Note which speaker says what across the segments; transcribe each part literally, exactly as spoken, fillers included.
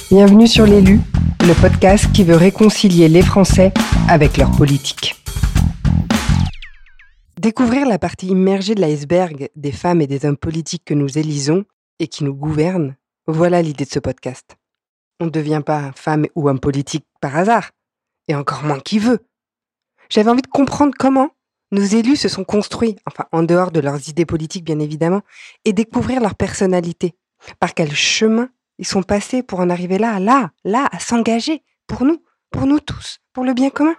Speaker 1: Bienvenue sur l'Élu, le podcast qui veut réconcilier les Français avec leur politique. Découvrir la partie immergée de l'iceberg des femmes et des hommes politiques que nous élisons et qui nous gouvernent, voilà l'idée de ce podcast. On ne devient pas femme ou homme politique par hasard, et encore moins qui veut. J'avais envie de comprendre comment nos élus se sont construits, enfin en dehors de leurs idées politiques bien évidemment, et découvrir leur personnalité. Par quel chemin ils sont passés pour en arriver là, là, là, à s'engager, pour nous, pour nous tous, pour le bien commun.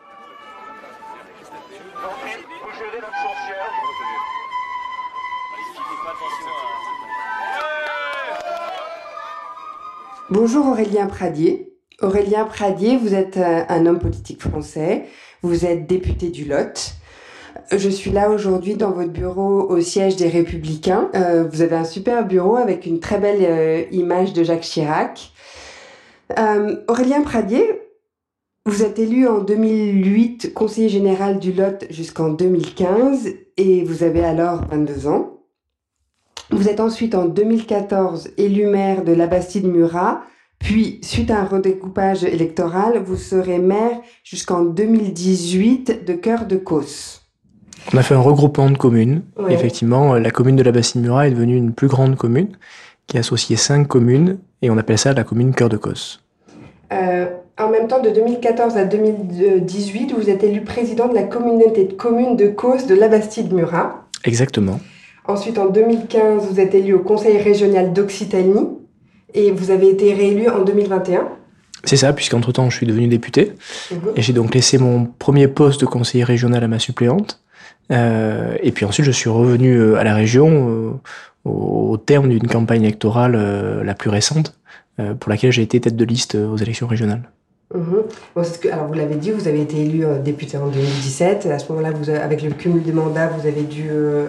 Speaker 1: Bonjour Aurélien Pradier. Aurélien Pradier, vous êtes un homme politique français, vous êtes député du Lot. Je suis là aujourd'hui dans votre bureau au siège des Républicains. Euh, vous avez un super bureau avec une très belle euh, image de Jacques Chirac. Euh, Aurélien Pradier, vous êtes élu en deux mille huit conseiller général du Lot jusqu'en deux mille quinze et vous avez alors vingt-deux ans. Vous êtes ensuite en deux mille quatorze élu maire de Labastide-Murat, puis suite à un redécoupage électoral, vous serez maire jusqu'en deux mille dix-huit de Cœur-de-Causse.
Speaker 2: On a fait un regroupement de communes.
Speaker 1: Ouais.
Speaker 2: Effectivement, la commune de Labastide-Murat est devenue une plus grande commune qui associait cinq communes et on appelle ça la commune Cœur-de-Causse.
Speaker 1: Euh, en même temps, de deux mille quatorze à deux mille dix-huit, vous êtes élu président de la communauté de communes de Causse de Labastide-Murat.
Speaker 2: Exactement.
Speaker 1: Ensuite, en deux mille quinze, vous êtes élu au conseil régional d'Occitanie et vous avez été réélu en deux mille vingt et un.
Speaker 2: C'est ça, puisqu'entre-temps, je suis devenu député
Speaker 1: Mmh.
Speaker 2: et j'ai donc laissé mon premier poste de conseiller régional à ma suppléante. Euh, et puis ensuite, je suis revenu à la région euh, au, au terme d'une campagne électorale euh, la plus récente, euh, pour laquelle j'ai été tête de liste aux élections régionales.
Speaker 1: Mmh. Bon, c'est ce que, alors vous l'avez dit, vous avez été élu euh, député en deux mille dix-sept. À ce moment-là, vous avez, avec le cumul des mandats, vous avez dû, euh,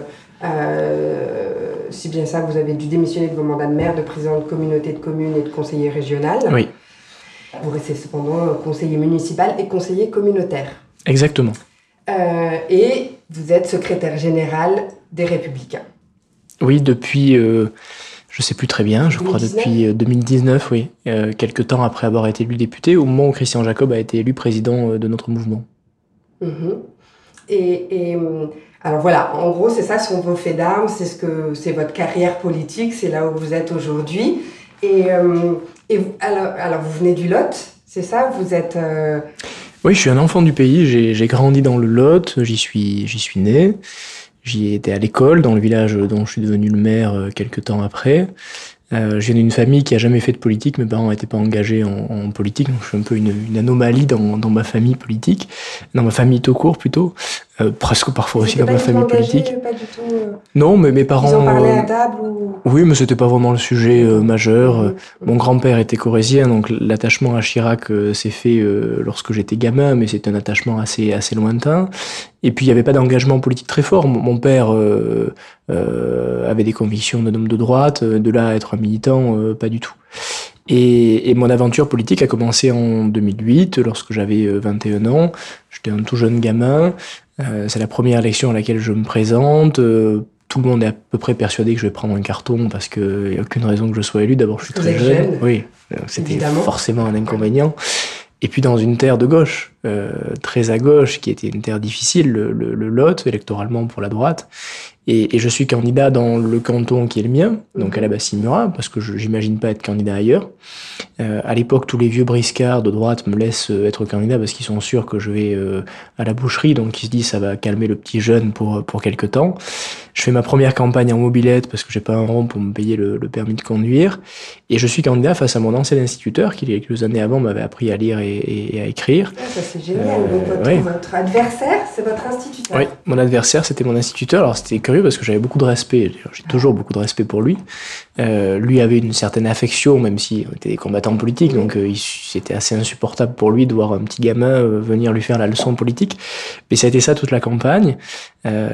Speaker 1: euh, si bien ça, vous avez dû démissionner de vos mandats de maire, de président de communauté de communes et de conseiller régional.
Speaker 2: Oui.
Speaker 1: Vous restez cependant conseiller municipal et conseiller communautaire.
Speaker 2: Exactement.
Speaker 1: Euh, et vous êtes secrétaire général des Républicains.
Speaker 2: Oui, depuis, euh, je sais plus très bien, je
Speaker 1: deux mille dix-neuf
Speaker 2: crois depuis deux mille dix-neuf, oui, euh, quelques temps après avoir été élu député, au moment où Christian Jacob a été élu président de notre mouvement.
Speaker 1: Mmh. Et, et alors voilà, en gros, c'est ça, sont vos faits d'armes, c'est ce que c'est votre carrière politique, c'est là où vous êtes aujourd'hui. Et, euh, et vous, alors, alors, vous venez du Lot, c'est ça, vous êtes. Euh...
Speaker 2: Oui, je suis un enfant du pays, j'ai, j'ai grandi dans le Lot, j'y suis, j'y suis né, j'y étais à l'école, dans le village dont je suis devenu le maire euh, quelques temps après. Euh, je viens d'une famille qui a jamais fait de politique, mes parents n'étaient pas engagés en, en politique, donc je suis un peu une, une anomalie dans, dans ma famille politique, dans ma famille tout court plutôt, euh, presque parfois aussi dans ma famille
Speaker 1: engagé,
Speaker 2: politique.
Speaker 1: Pas du tout, euh...
Speaker 2: Non, mais mes parents...
Speaker 1: Ils en parlaient
Speaker 2: euh,
Speaker 1: à table ou...
Speaker 2: Oui, mais c'était pas vraiment le sujet euh, majeur.
Speaker 1: Mmh.
Speaker 2: Mon grand-père était corrézien, donc l'attachement à Chirac euh, s'est fait euh, lorsque j'étais gamin, mais c'est un attachement assez assez lointain. Et puis il y avait pas d'engagement politique très fort. Mon, mon père euh, euh, avait des convictions d'un homme de droite, de là à être un militant, euh, pas du tout. Et, et mon aventure politique a commencé en deux mille huit, lorsque j'avais vingt et un ans. J'étais un tout jeune gamin. Euh, c'est la première élection à laquelle je me présente. Euh, Tout le monde est à peu près persuadé que je vais prendre un carton parce qu'il n'y a aucune raison que je sois élu. D'abord, je suis
Speaker 1: Vous
Speaker 2: très
Speaker 1: êtes
Speaker 2: jeune.
Speaker 1: jeune.
Speaker 2: Oui, c'était
Speaker 1: Évidemment.
Speaker 2: forcément un inconvénient. Et puis dans une terre de gauche, euh, très à gauche, qui était une terre difficile, le, le, le Lot, électoralement pour la droite. Et, et je suis candidat dans le canton qui est le mien, donc à Labastide-Murat, parce que je j'imagine pas être candidat ailleurs. Euh, à l'époque, tous les vieux briscards de droite me laissent être candidat parce qu'ils sont sûrs que je vais euh, à la boucherie, donc ils se disent ça va calmer le petit jeune pour pour quelque temps. Je fais ma première campagne en mobilette parce que j'ai pas un rond pour me payer le, le permis de conduire, et je suis candidat face à mon ancien instituteur qui quelques années avant m'avait appris à lire et, et, et à écrire.
Speaker 1: Ah, ça c'est génial.
Speaker 2: Euh,
Speaker 1: Donc votre,
Speaker 2: oui.
Speaker 1: votre adversaire, c'est votre instituteur.
Speaker 2: Oui, mon adversaire, c'était mon instituteur. Alors, c'était curieux parce que j'avais beaucoup de respect. J'ai toujours beaucoup de respect pour lui. Euh, lui avait une certaine affection, même si on était des combattants politiques. Donc, euh, il- c'était assez insupportable pour lui de voir un petit gamin euh, venir lui faire la leçon politique. Mais ça a été ça toute la campagne. Euh,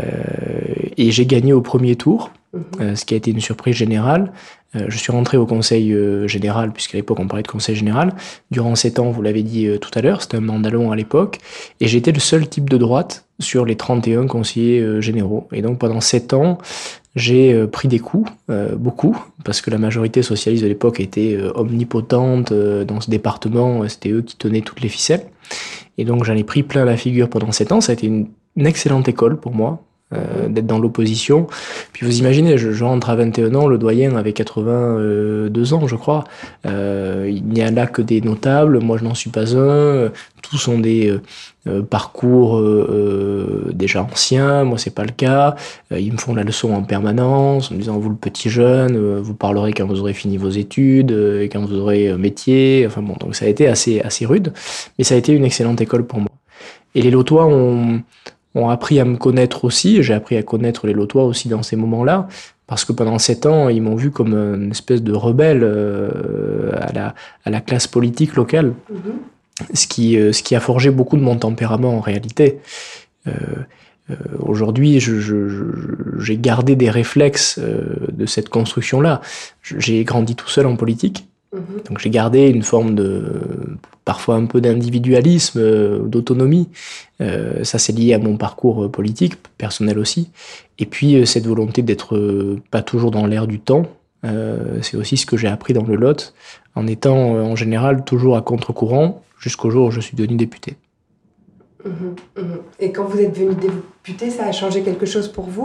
Speaker 2: et j'ai gagné au premier tour,
Speaker 1: Mhm.
Speaker 2: euh, ce qui a été une surprise générale. Euh, je suis rentré au conseil euh, général, puisqu'à l'époque on parlait de conseil général. Durant sept ans, vous l'avez dit euh, tout à l'heure, c'était un mandat long à l'époque. Et j'étais le seul type de droite sur les trente et un conseillers euh, généraux. Et donc pendant sept ans, j'ai euh, pris des coups, euh, beaucoup, parce que la majorité socialiste de l'époque était euh, omnipotente euh, dans ce département, c'était eux qui tenaient toutes les ficelles. Et donc j'en ai pris plein la figure pendant sept ans, ça a été une, une excellente école pour moi, euh, d'être dans l'opposition. Puis vous imaginez, je, je rentre à vingt et un ans, le doyen avait quatre-vingt-deux ans, je crois. Euh, il n'y a là que des notables, moi je n'en suis pas un. Tous ont des euh, euh, parcours euh, euh, déjà anciens, moi c'est pas le cas. Euh, ils me font la leçon en permanence, en me disant vous le petit jeune, euh, vous parlerez quand vous aurez fini vos études, euh, et quand vous aurez euh, métier. Enfin bon, donc ça a été assez, assez rude, mais ça a été une excellente école pour moi. Et les Lotois ont ont appris à me connaître aussi, j'ai appris à connaître les Lotois aussi dans ces moments-là, parce que pendant sept ans, ils m'ont vu comme une espèce de rebelle euh, à, la, à la classe politique locale, mm-hmm. ce, qui, euh, ce qui a forgé beaucoup de mon tempérament en réalité. Euh, euh, aujourd'hui, je, je, je, j'ai gardé des réflexes euh, de cette construction-là. J'ai grandi tout seul en politique, mm-hmm. donc j'ai gardé une forme de... parfois un peu d'individualisme, euh, d'autonomie. Euh, ça, c'est lié à mon parcours politique, personnel aussi. Et puis, euh, cette volonté d'être euh, pas toujours dans l'air du temps, euh, c'est aussi ce que j'ai appris dans le Lot, en étant euh, en général toujours à contre-courant, jusqu'au jour où je suis devenu député.
Speaker 1: Mmh, mmh. Et quand vous êtes devenu député, ça a changé quelque chose pour vous ?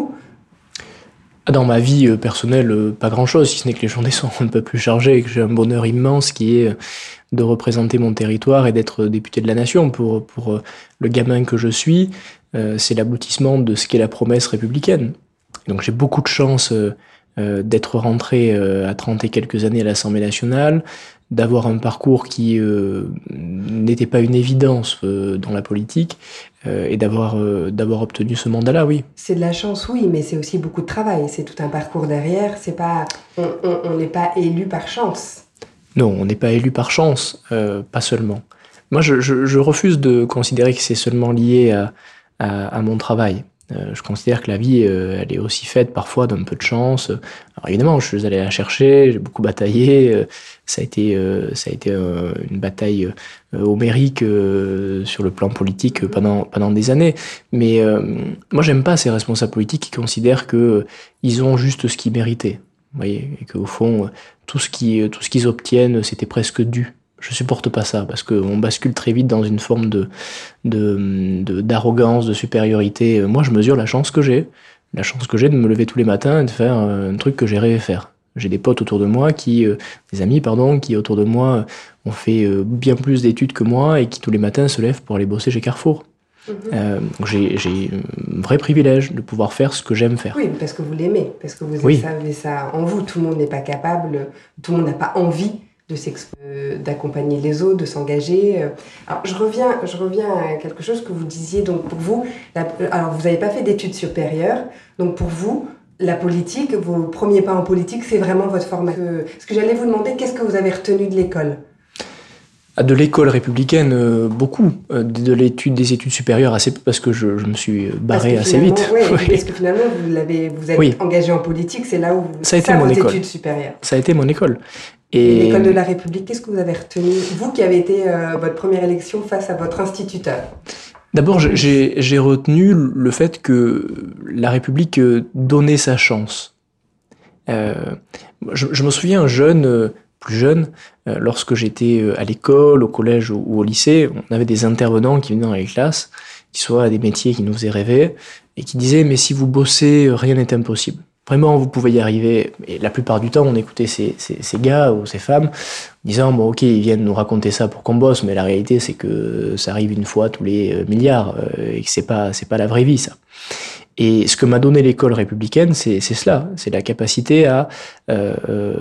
Speaker 2: Dans ma vie euh, personnelle, euh, pas grand-chose, si ce n'est que les journées sont un peu plus chargées et que j'ai un bonheur immense qui est de représenter mon territoire et d'être député de la nation. Pour, pour euh, le gamin que je suis, euh, c'est l'aboutissement de ce qu'est la promesse républicaine. Donc j'ai beaucoup de chance euh, euh, d'être rentré euh, à trente et quelques années à l'Assemblée nationale, d'avoir un parcours qui euh, n'était pas une évidence euh, dans la politique, euh, et d'avoir, euh, d'avoir obtenu ce mandat-là, oui.
Speaker 1: C'est de la chance, oui, mais c'est aussi beaucoup de travail. C'est tout un parcours derrière. C'est pas, on n'est pas élu par chance.
Speaker 2: Non, on n'est pas élu par chance, euh, pas seulement. Moi, je, je, je refuse de considérer que c'est seulement lié à, à, à mon travail. Euh, je considère que la vie, euh, elle est aussi faite parfois d'un peu de chance. Alors évidemment, je suis allé la chercher, j'ai beaucoup bataillé. Euh, ça a été, euh, ça a été euh, une bataille euh, homérique euh, sur le plan politique pendant pendant des années. Mais euh, moi, j'aime pas ces responsables politiques qui considèrent que euh, ils ont juste ce qu'ils méritaient. Vous voyez, et qu'au fond, tout ce qui, tout ce qu'ils obtiennent, c'était presque dû. Je supporte pas ça, parce qu'on bascule très vite dans une forme de, de, de, d'arrogance, de supériorité. Moi, je mesure la chance que j'ai, la chance que j'ai de me lever tous les matins et de faire un truc que j'ai rêvé faire. J'ai des potes autour de moi qui, euh, des amis, pardon, qui autour de moi ont fait euh, bien plus d'études que moi et qui tous les matins se lèvent pour aller bosser chez Carrefour. Mmh. Euh, j'ai, j'ai un vrai privilège de pouvoir faire ce que j'aime faire.
Speaker 1: Oui, parce que vous l'aimez, parce que vous
Speaker 2: oui.
Speaker 1: avez ça en vous. Tout le monde n'est pas capable, tout le monde n'a pas envie de euh, d'accompagner les autres, de s'engager. Alors, je reviens, je reviens à quelque chose que vous disiez. Donc, pour vous, la, alors vous n'avez pas fait d'études supérieures. Donc, pour vous, la politique, vos premiers pas en politique, c'est vraiment votre formation. Ce que j'allais vous demander, qu'est-ce que vous avez retenu de l'école ?
Speaker 2: De l'école républicaine, euh, beaucoup. Euh, de l'étude, des études supérieures, assez peu, parce que je, je me suis barré assez vite.
Speaker 1: Oui, oui. Parce que finalement, vous, l'avez, vous êtes oui. engagé en politique, c'est là où vous
Speaker 2: ça a été mon
Speaker 1: vos
Speaker 2: école.
Speaker 1: études supérieures.
Speaker 2: Ça a été mon école.
Speaker 1: Et l'école de la République, qu'est-ce que vous avez retenu, vous qui avez été euh, votre première élection face à votre instituteur ?
Speaker 2: D'abord, j'ai, j'ai retenu le fait que la République donnait sa chance. Euh, je, je me souviens, jeune, plus jeune, euh, lorsque j'étais à l'école, au collège ou au lycée, on avait des intervenants qui venaient dans les classes, qui soit des métiers qui nous faisaient rêver, et qui disaient « mais si vous bossez, rien n'est impossible ». Vraiment, vous pouvez y arriver. Et la plupart du temps, on écoutait ces, ces, ces gars ou ces femmes disant « bon, ok, ils viennent nous raconter ça pour qu'on bosse, mais la réalité, c'est que ça arrive une fois tous les milliards euh, et que c'est pas, c'est pas la vraie vie, ça. » Et ce que m'a donné l'école républicaine, c'est, c'est cela. C'est la capacité à euh, euh,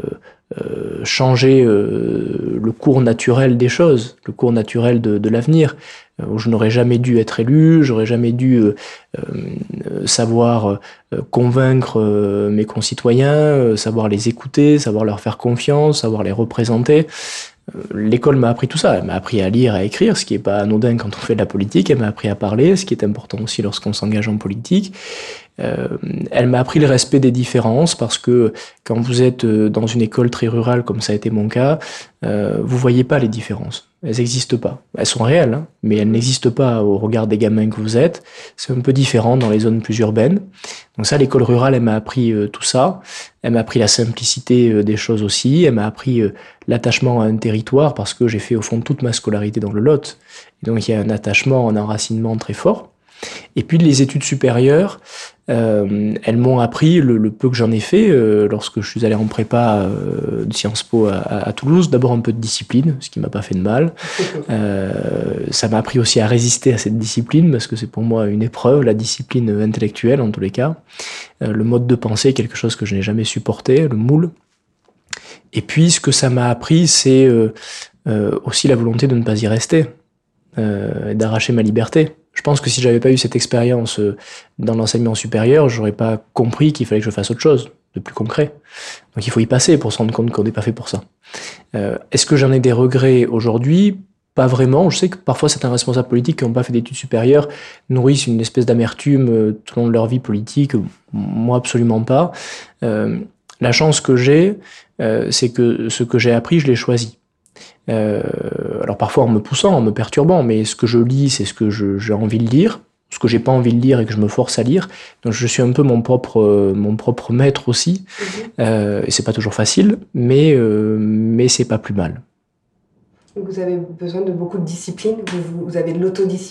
Speaker 2: changer euh, le cours naturel des choses, le cours naturel de, de l'avenir. Où je n'aurais jamais dû être élu, j'aurais jamais dû euh, euh, savoir euh, convaincre euh, mes concitoyens, euh, savoir les écouter, savoir leur faire confiance, savoir les représenter. Euh, l'école m'a appris tout ça, elle m'a appris à lire, à écrire, ce qui n'est pas anodin quand on fait de la politique, elle m'a appris à parler, ce qui est important aussi lorsqu'on s'engage en politique. Euh, elle m'a appris le respect des différences parce que quand vous êtes dans une école très rurale, comme ça a été mon cas, euh, vous voyez pas les différences. Elles n'existent pas. Elles sont réelles, hein, mais elles n'existent pas au regard des gamins que vous êtes. C'est un peu différent dans les zones plus urbaines. Donc ça, l'école rurale, elle m'a appris euh, tout ça. Elle m'a appris la simplicité euh, des choses aussi. Elle m'a appris euh, l'attachement à un territoire parce que j'ai fait au fond toute ma scolarité dans le Lot. Et donc il y a un attachement, un enracinement très fort. Et puis les études supérieures, euh, elles m'ont appris le, le peu que j'en ai fait euh, lorsque je suis allé en prépa euh, de Sciences Po à, à Toulouse. D'abord un peu de discipline, ce qui m'a pas fait de mal. Euh, ça m'a appris aussi à résister à cette discipline parce que c'est pour moi une épreuve, la discipline intellectuelle en tous les cas. Euh, le mode de pensée est quelque chose que je n'ai jamais supporté, le moule. Et puis ce que ça m'a appris, c'est euh, euh, aussi la volonté de ne pas y rester, euh, d'arracher ma liberté. Je pense que si j'avais pas eu cette expérience dans l'enseignement supérieur, j'aurais pas compris qu'il fallait que je fasse autre chose, de plus concret. Donc il faut y passer pour se rendre compte qu'on n'est pas fait pour ça. Euh, est-ce que j'en ai des regrets aujourd'hui ? Pas vraiment. Je sais que parfois certains responsables politiques qui n'ont pas fait d'études supérieures nourrissent une espèce d'amertume tout au long de leur vie politique. Moi, absolument pas. Euh, la chance que j'ai, euh, c'est que ce que j'ai appris, je l'ai choisi. Euh, alors parfois en me poussant, en me perturbant, mais ce que je lis, c'est ce que je, j'ai envie de lire, ce que j'ai pas envie de lire et que je me force à lire. Donc je suis un peu mon propre, euh, mon propre maître aussi. Mmh. Euh, et c'est pas toujours facile, mais, euh, mais c'est pas plus mal.
Speaker 1: Vous avez besoin de beaucoup de discipline, vous, vous avez de l'autodiscipline ?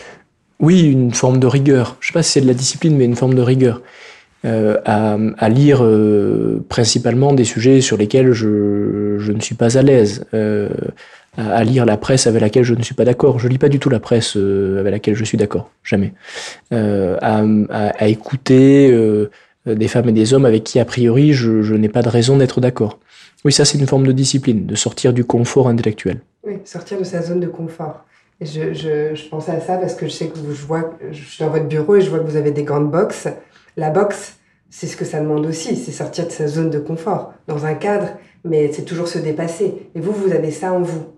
Speaker 2: Oui, une forme de rigueur. Je sais pas si c'est de la discipline, mais une forme de rigueur. Euh, à, à lire euh, principalement des sujets sur lesquels je, je ne suis pas à l'aise, euh, à, à lire la presse avec laquelle je ne suis pas d'accord. Je lis pas du tout la presse euh, avec laquelle je suis d'accord, jamais. Euh, à, à, à écouter euh, des femmes et des hommes avec qui, a priori, je, je n'ai pas de raison d'être d'accord. Oui, ça c'est une forme de discipline, de sortir du confort intellectuel.
Speaker 1: Oui, sortir de sa zone de confort. Et je, je, je pensais à ça parce que je sais que vous, je vois, je suis dans votre bureau et je vois que vous avez des grandes boxes. La boxe, c'est ce que ça demande aussi, c'est sortir de sa zone de confort, dans un cadre, mais c'est toujours se dépasser. Et vous, vous avez ça en vous.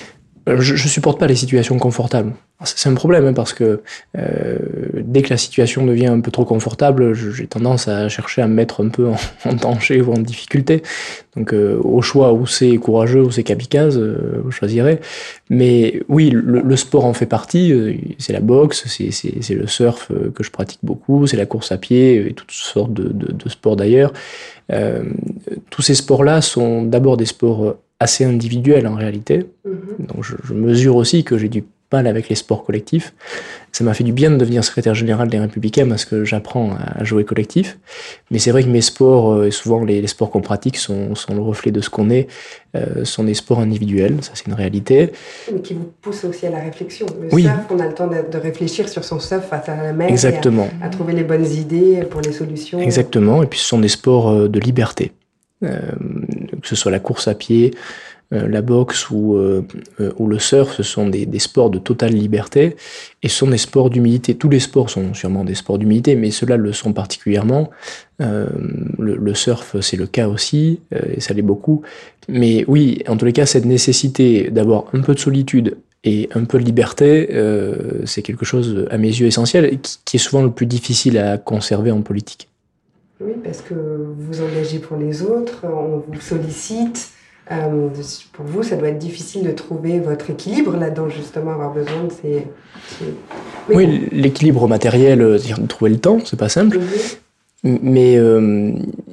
Speaker 2: Je, je supporte pas les situations confortables. C'est un problème hein, parce que euh, dès que la situation devient un peu trop confortable, j'ai tendance à chercher à me mettre un peu en, en danger ou en difficulté. Donc euh, au choix où c'est courageux ou c'est kamikaze, euh, je choisirais. Mais oui, le, le sport en fait partie. Euh, c'est la boxe, c'est, c'est, c'est le surf euh, que je pratique beaucoup, c'est la course à pied et toutes sortes de, de, de sports d'ailleurs. Euh, tous ces sports-là sont d'abord des sports assez individuels en réalité. Mmh. Donc je, je mesure aussi que j'ai du mal avec les sports collectifs. Ça m'a fait du bien de devenir secrétaire général des Républicains parce que j'apprends à jouer collectif. Mais c'est vrai que mes sports, et souvent les, les sports qu'on pratique sont, sont le reflet de ce qu'on est, euh, sont des sports individuels, ça c'est une réalité.
Speaker 1: Mais qui vous poussent aussi à la réflexion. Le
Speaker 2: oui.
Speaker 1: surf, on a le temps de, de réfléchir sur son surf face à la mer.
Speaker 2: Exactement.
Speaker 1: Et à, à trouver les bonnes idées pour les solutions.
Speaker 2: Exactement, et puis ce sont des sports de liberté. Euh, que ce soit la course à pied, Euh, la boxe ou, euh, euh, ou le surf, ce sont des, des sports de totale liberté et ce sont des sports d'humilité. Tous les sports sont sûrement des sports d'humilité, mais ceux-là le sont particulièrement. Euh, le, le surf, c'est le cas aussi, euh, et ça l'est beaucoup. Mais oui, en tous les cas, cette nécessité d'avoir un peu de solitude et un peu de liberté, euh, c'est quelque chose, à mes yeux, essentiel, et qui, qui est souvent le plus difficile à conserver en politique.
Speaker 1: Oui, parce que vous vous engagez pour les autres, on vous sollicite. Euh, pour vous, ça doit être difficile de trouver votre équilibre là-dedans, justement, avoir besoin de ces... ces...
Speaker 2: Oui, bon. L'équilibre matériel, c'est-à-dire de trouver le temps, c'est pas simple, mm-hmm. mais euh,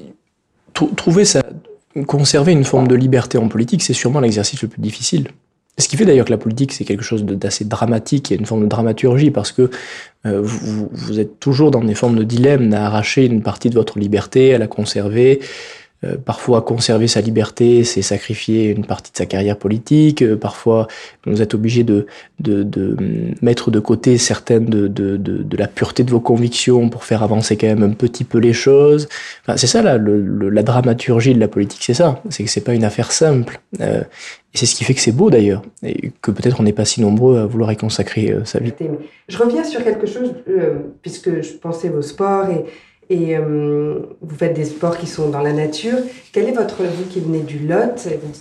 Speaker 2: t- trouver ça, conserver une forme de liberté en politique, c'est sûrement l'exercice le plus difficile. Ce qui fait d'ailleurs que la politique, c'est quelque chose d'assez dramatique, il y a une forme de dramaturgie, parce que euh, vous, vous êtes toujours dans des formes de dilemme, à arracher une partie de votre liberté, à la conserver. Euh, parfois, conserver sa liberté, c'est sacrifier une partie de sa carrière politique. Euh, parfois, vous êtes obligé de, de, de mettre de côté certaines de, de, de, de la pureté de vos convictions pour faire avancer quand même un petit peu les choses. Enfin, c'est ça, là, le, le, la dramaturgie de la politique, c'est ça. C'est que c'est pas une affaire simple. Euh, et c'est ce qui fait que c'est beau, d'ailleurs. Et que peut-être on n'est pas si nombreux à vouloir y consacrer euh, sa vie.
Speaker 1: Je reviens sur quelque chose, euh, puisque je pensais au sport et... Et euh, vous faites des sports qui sont dans la nature. Quelle est votre, vous qui venez du Lot,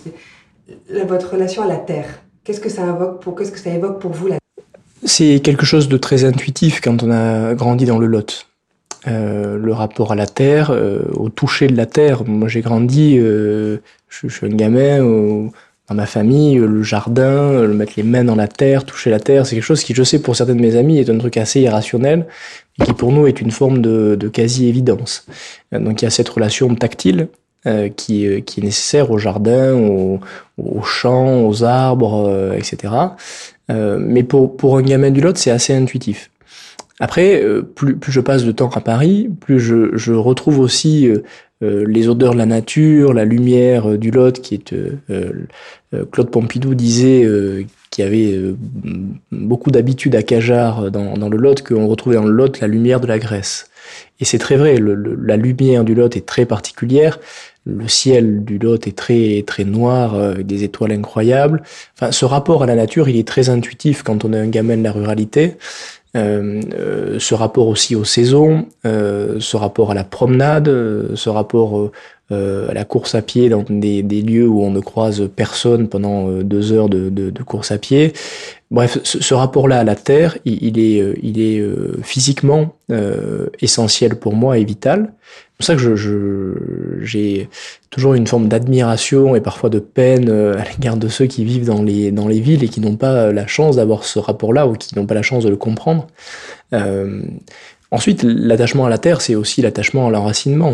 Speaker 1: la, votre relation à la terre? Qu'est-ce que ça invoque pour, qu'est-ce que ça évoque pour vous la...
Speaker 2: C'est quelque chose de très intuitif quand on a grandi dans le Lot. euh, le rapport à la terre, euh, au toucher de la terre. Moi, j'ai grandi, euh, je, je suis un gamin, euh, dans ma famille, le jardin, le mettre les mains dans la terre, toucher la terre, c'est quelque chose qui, je sais, pour certains de mes amis, est un truc assez irrationnel, mais qui pour nous est une forme de, de quasi-évidence. Donc il y a cette relation tactile euh, qui, euh, qui est nécessaire au jardin, au, aux champs, aux arbres, euh, et cetera. Euh, mais pour, pour un gamin du Lot, c'est assez intuitif. Après, euh, plus, plus je passe de temps à Paris, plus je, je retrouve aussi euh, euh, les odeurs de la nature, la lumière euh, du Lot, qui est euh, euh, Claude Pompidou disait euh, qu'il y avait euh, beaucoup d'habitudes à Cajarc dans, dans le Lot, qu'on retrouvait dans le Lot la lumière de la Grèce. Et c'est très vrai, le, le, la lumière du Lot est très particulière. Le ciel du Lot est très très noir, euh, avec des étoiles incroyables. Enfin, ce rapport à la nature, il est très intuitif quand on est un gamin de la ruralité. Euh, euh, ce rapport aussi aux saisons, euh, ce rapport à la promenade, euh, ce rapport euh, à la course à pied dans des, des lieux où on ne croise personne pendant euh, deux heures de, de, de course à pied. Bref, ce, ce rapport-là à la terre, il, il est, il est euh, physiquement euh, essentiel pour moi et vital. C'est pour ça que je, je, j'ai toujours une forme d'admiration et parfois de peine à l'égard de ceux qui vivent dans les, dans les villes et qui n'ont pas la chance d'avoir ce rapport-là ou qui n'ont pas la chance de le comprendre. Euh, ensuite, l'attachement à la terre, c'est aussi l'attachement à l'enracinement.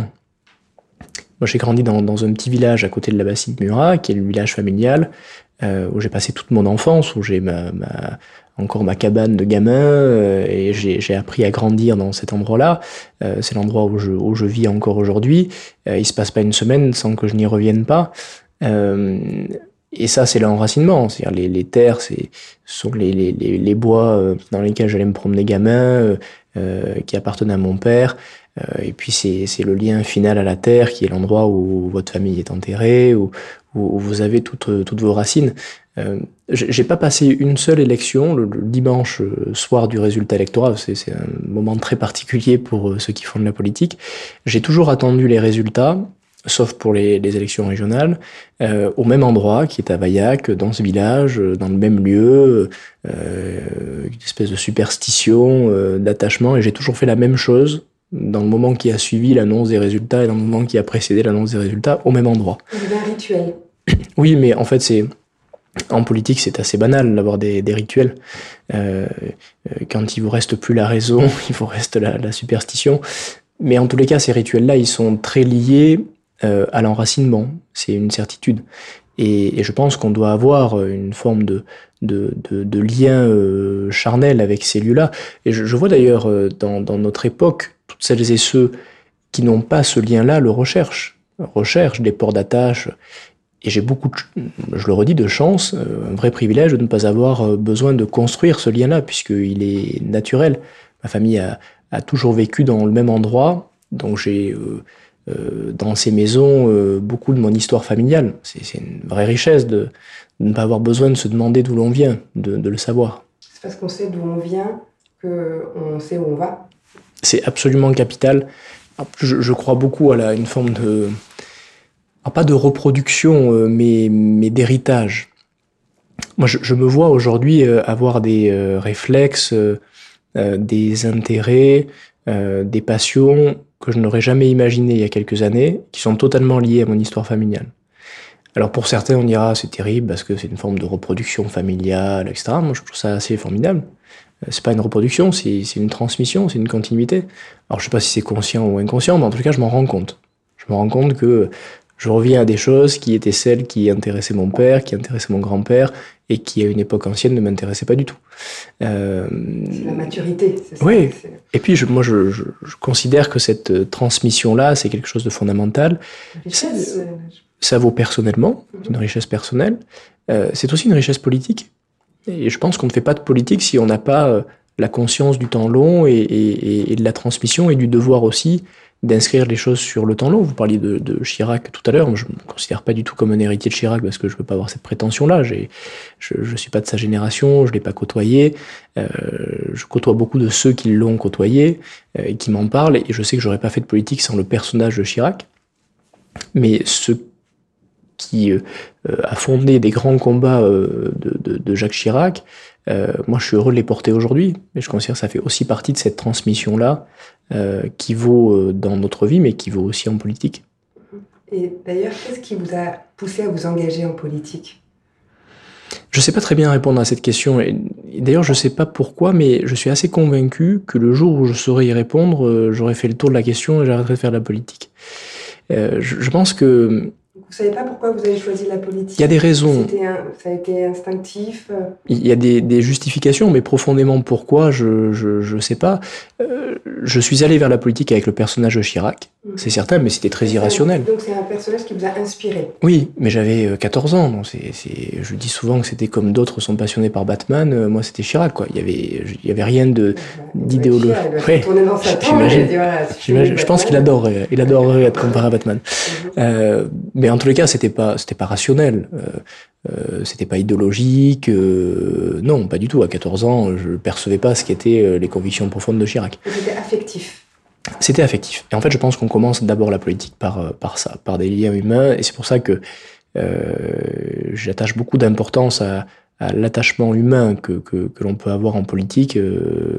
Speaker 2: Moi, j'ai grandi dans, dans un petit village à côté de la Bastide de Murat, qui est le village familial, euh, où j'ai passé toute mon enfance, où j'ai ma, ma, encore ma cabane de gamin, euh, et j'ai, j'ai appris à grandir dans cet endroit-là. Euh, c'est l'endroit où je, où je vis encore aujourd'hui. Euh, il se passe pas une semaine sans que je n'y revienne pas. Euh, et ça, c'est l'enracinement. C'est-à-dire les, les terres, c'est sont les, les, les, les bois dans lesquels j'allais me promener gamin, euh, qui appartenaient à mon père. Euh, et puis c'est, c'est le lien final à la terre, qui est l'endroit où votre famille est enterrée, où, où vous avez toutes, toutes vos racines. Euh, j'ai pas passé une seule élection le, le dimanche soir du résultat électoral. C'est, c'est un moment très particulier pour ceux qui font de la politique. J'ai toujours attendu les résultats, sauf pour les, les élections régionales, euh, au même endroit, qui est à Vaillac, dans ce village, dans le même lieu, euh, une espèce de superstition, euh, d'attachement, et j'ai toujours fait la même chose dans le moment qui a suivi l'annonce des résultats et dans le moment qui a précédé l'annonce des résultats, au même endroit.
Speaker 1: C'est un rituel.
Speaker 2: Oui, mais en fait, c'est en politique, c'est assez banal d'avoir des, des rituels. Euh, quand il vous reste plus la raison, il vous reste la, la superstition. Mais en tous les cas, ces rituels-là, ils sont très liés euh, à l'enracinement. C'est une certitude. Et, et je pense qu'on doit avoir une forme de, de, de, de lien euh, charnel avec ces lieux-là. Et je, je vois d'ailleurs euh, dans, dans notre époque, toutes celles et ceux qui n'ont pas ce lien-là le recherchent. Recherchent des ports d'attache. Et j'ai beaucoup, de, je le redis, de chance, un vrai privilège de ne pas avoir besoin de construire ce lien-là, puisqu'il est naturel. Ma famille a, a toujours vécu dans le même endroit, donc j'ai euh, euh, dans ces maisons euh, beaucoup de mon histoire familiale. C'est, c'est une vraie richesse de, de ne pas avoir besoin de se demander d'où l'on vient, de, de le savoir.
Speaker 1: C'est parce qu'on sait d'où on vient qu'on sait où on va.
Speaker 2: C'est absolument capital. Je, je crois beaucoup à la, une forme de... Ah, pas de reproduction, euh, mais, mais d'héritage. Moi, je, je me vois aujourd'hui euh, avoir des euh, réflexes, euh, euh, des intérêts, euh, des passions que je n'aurais jamais imaginées il y a quelques années, qui sont totalement liées à mon histoire familiale. Alors pour certains, on dira c'est terrible parce que c'est une forme de reproduction familiale, et cetera. Moi, je trouve ça assez formidable. C'est pas une reproduction, c'est, c'est une transmission, c'est une continuité. Alors je sais pas si c'est conscient ou inconscient, mais en tout cas, je m'en rends compte. Je me rends compte que je reviens à des choses qui étaient celles qui intéressaient mon père, qui intéressaient mon grand-père, et qui, à une époque ancienne, ne m'intéressaient pas du tout.
Speaker 1: Euh... C'est la maturité, c'est ça.
Speaker 2: Oui.
Speaker 1: C'est...
Speaker 2: Et puis, je, moi, je, je, je considère que cette transmission-là, c'est quelque chose de fondamental.
Speaker 1: Richesse.
Speaker 2: C'est, ça vaut personnellement, c'est une richesse personnelle. Euh, c'est aussi une richesse politique. Et je pense qu'on ne fait pas de politique si on n'a pas la conscience du temps long et, et, et de la transmission et du devoir aussi d'inscrire les choses sur le temps long. Vous parliez de, de Chirac tout à l'heure. Je ne me considère pas du tout comme un héritier de Chirac parce que je ne veux pas avoir cette prétention-là. J'ai, je ne suis pas de sa génération, je ne l'ai pas côtoyé. Euh, je côtoie beaucoup de ceux qui l'ont côtoyé euh, et qui m'en parlent. Et je sais que je n'aurais pas fait de politique sans le personnage de Chirac. Mais ce qui euh, a fondé des grands combats euh, de, de, de Jacques Chirac, euh, moi je suis heureux de les porter aujourd'hui, mais je considère que ça fait aussi partie de cette transmission-là euh, qui vaut dans notre vie, mais qui vaut aussi en politique.
Speaker 1: Et d'ailleurs, qu'est-ce qui vous a poussé à vous engager en politique ?
Speaker 2: Je ne sais pas très bien répondre à cette question. Et d'ailleurs, je ne sais pas pourquoi, mais je suis assez convaincu que le jour où je saurais y répondre, euh, j'aurais fait le tour de la question et j'arrêterais de faire de la politique. Euh, je, je pense que...
Speaker 1: Vous savez pas pourquoi vous avez choisi la politique ?
Speaker 2: Il y a des raisons.
Speaker 1: C'était un, ça a été instinctif.
Speaker 2: Il y a des, des justifications, mais profondément pourquoi, je je, je sais pas. Euh, je suis allé vers la politique avec le personnage de Chirac, mmh. c'est certain, mais c'était très
Speaker 1: c'est
Speaker 2: irrationnel.
Speaker 1: Un, donc c'est un personnage qui vous a inspiré.
Speaker 2: Oui, mais j'avais quatorze ans. Donc c'est, c'est, je dis souvent que c'était comme d'autres sont passionnés par Batman. Euh, moi, c'était Chirac, quoi. Il y avait, il y avait rien de d'idéologique.
Speaker 1: Ouais, dans sa tombe,
Speaker 2: j'imagine.
Speaker 1: Dit, voilà,
Speaker 2: j'imagine. Je pense qu'il adorerait, il adorerait être comparé à Batman. Mmh. Euh, mais en tous les cas, c'était pas, c'était pas rationnel. Euh, euh, c'était pas idéologique. Euh, non, pas du tout. À quatorze ans, je percevais pas ce qu'étaient les convictions profondes de Chirac.
Speaker 1: C'était affectif.
Speaker 2: C'était affectif. Et en fait, je pense qu'on commence d'abord la politique par, par ça, par des liens humains. Et c'est pour ça que euh, j'attache beaucoup d'importance à, à l'attachement humain que, que, que l'on peut avoir en politique. Euh,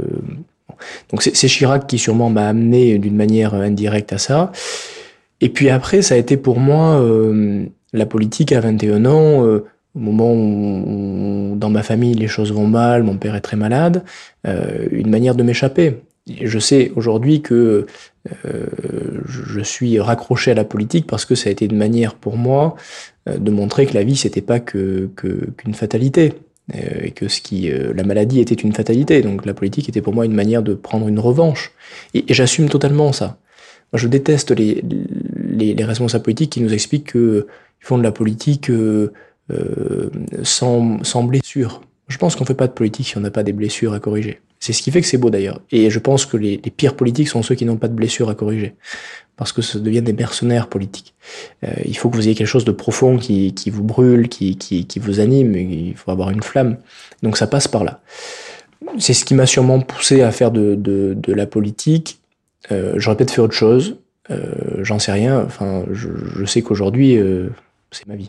Speaker 2: donc c'est, c'est Chirac qui sûrement m'a amené d'une manière indirecte à ça. Et puis après, ça a été pour moi euh, la politique à vingt et un ans, euh, au moment où, où dans ma famille les choses vont mal, mon père est très malade, euh, une manière de m'échapper. Je sais aujourd'hui que euh, je suis raccroché à la politique parce que ça a été une manière pour moi euh, de montrer que la vie c'était pas que, que qu'une fatalité euh, et que ce qui euh, la maladie était une fatalité. Donc la politique était pour moi une manière de prendre une revanche et, et j'assume totalement ça. Moi, je déteste les, les les responsables politiques qui nous expliquent que ils font de la politique euh, euh, sans sans blessure. Je pense qu'on fait pas de politique si on n'a pas des blessures à corriger. C'est ce qui fait que c'est beau d'ailleurs. Et je pense que les, les pires politiques sont ceux qui n'ont pas de blessures à corriger. Parce que ça devient des mercenaires politiques. Euh, il faut que vous ayez quelque chose de profond qui, qui vous brûle, qui, qui, qui vous anime. Il faut avoir une flamme. Donc ça passe par là. C'est ce qui m'a sûrement poussé à faire de, de, de la politique. Euh, j'aurais peut-être fait autre chose. Euh, j'en sais rien. Enfin, je, je sais qu'aujourd'hui, euh, c'est ma vie.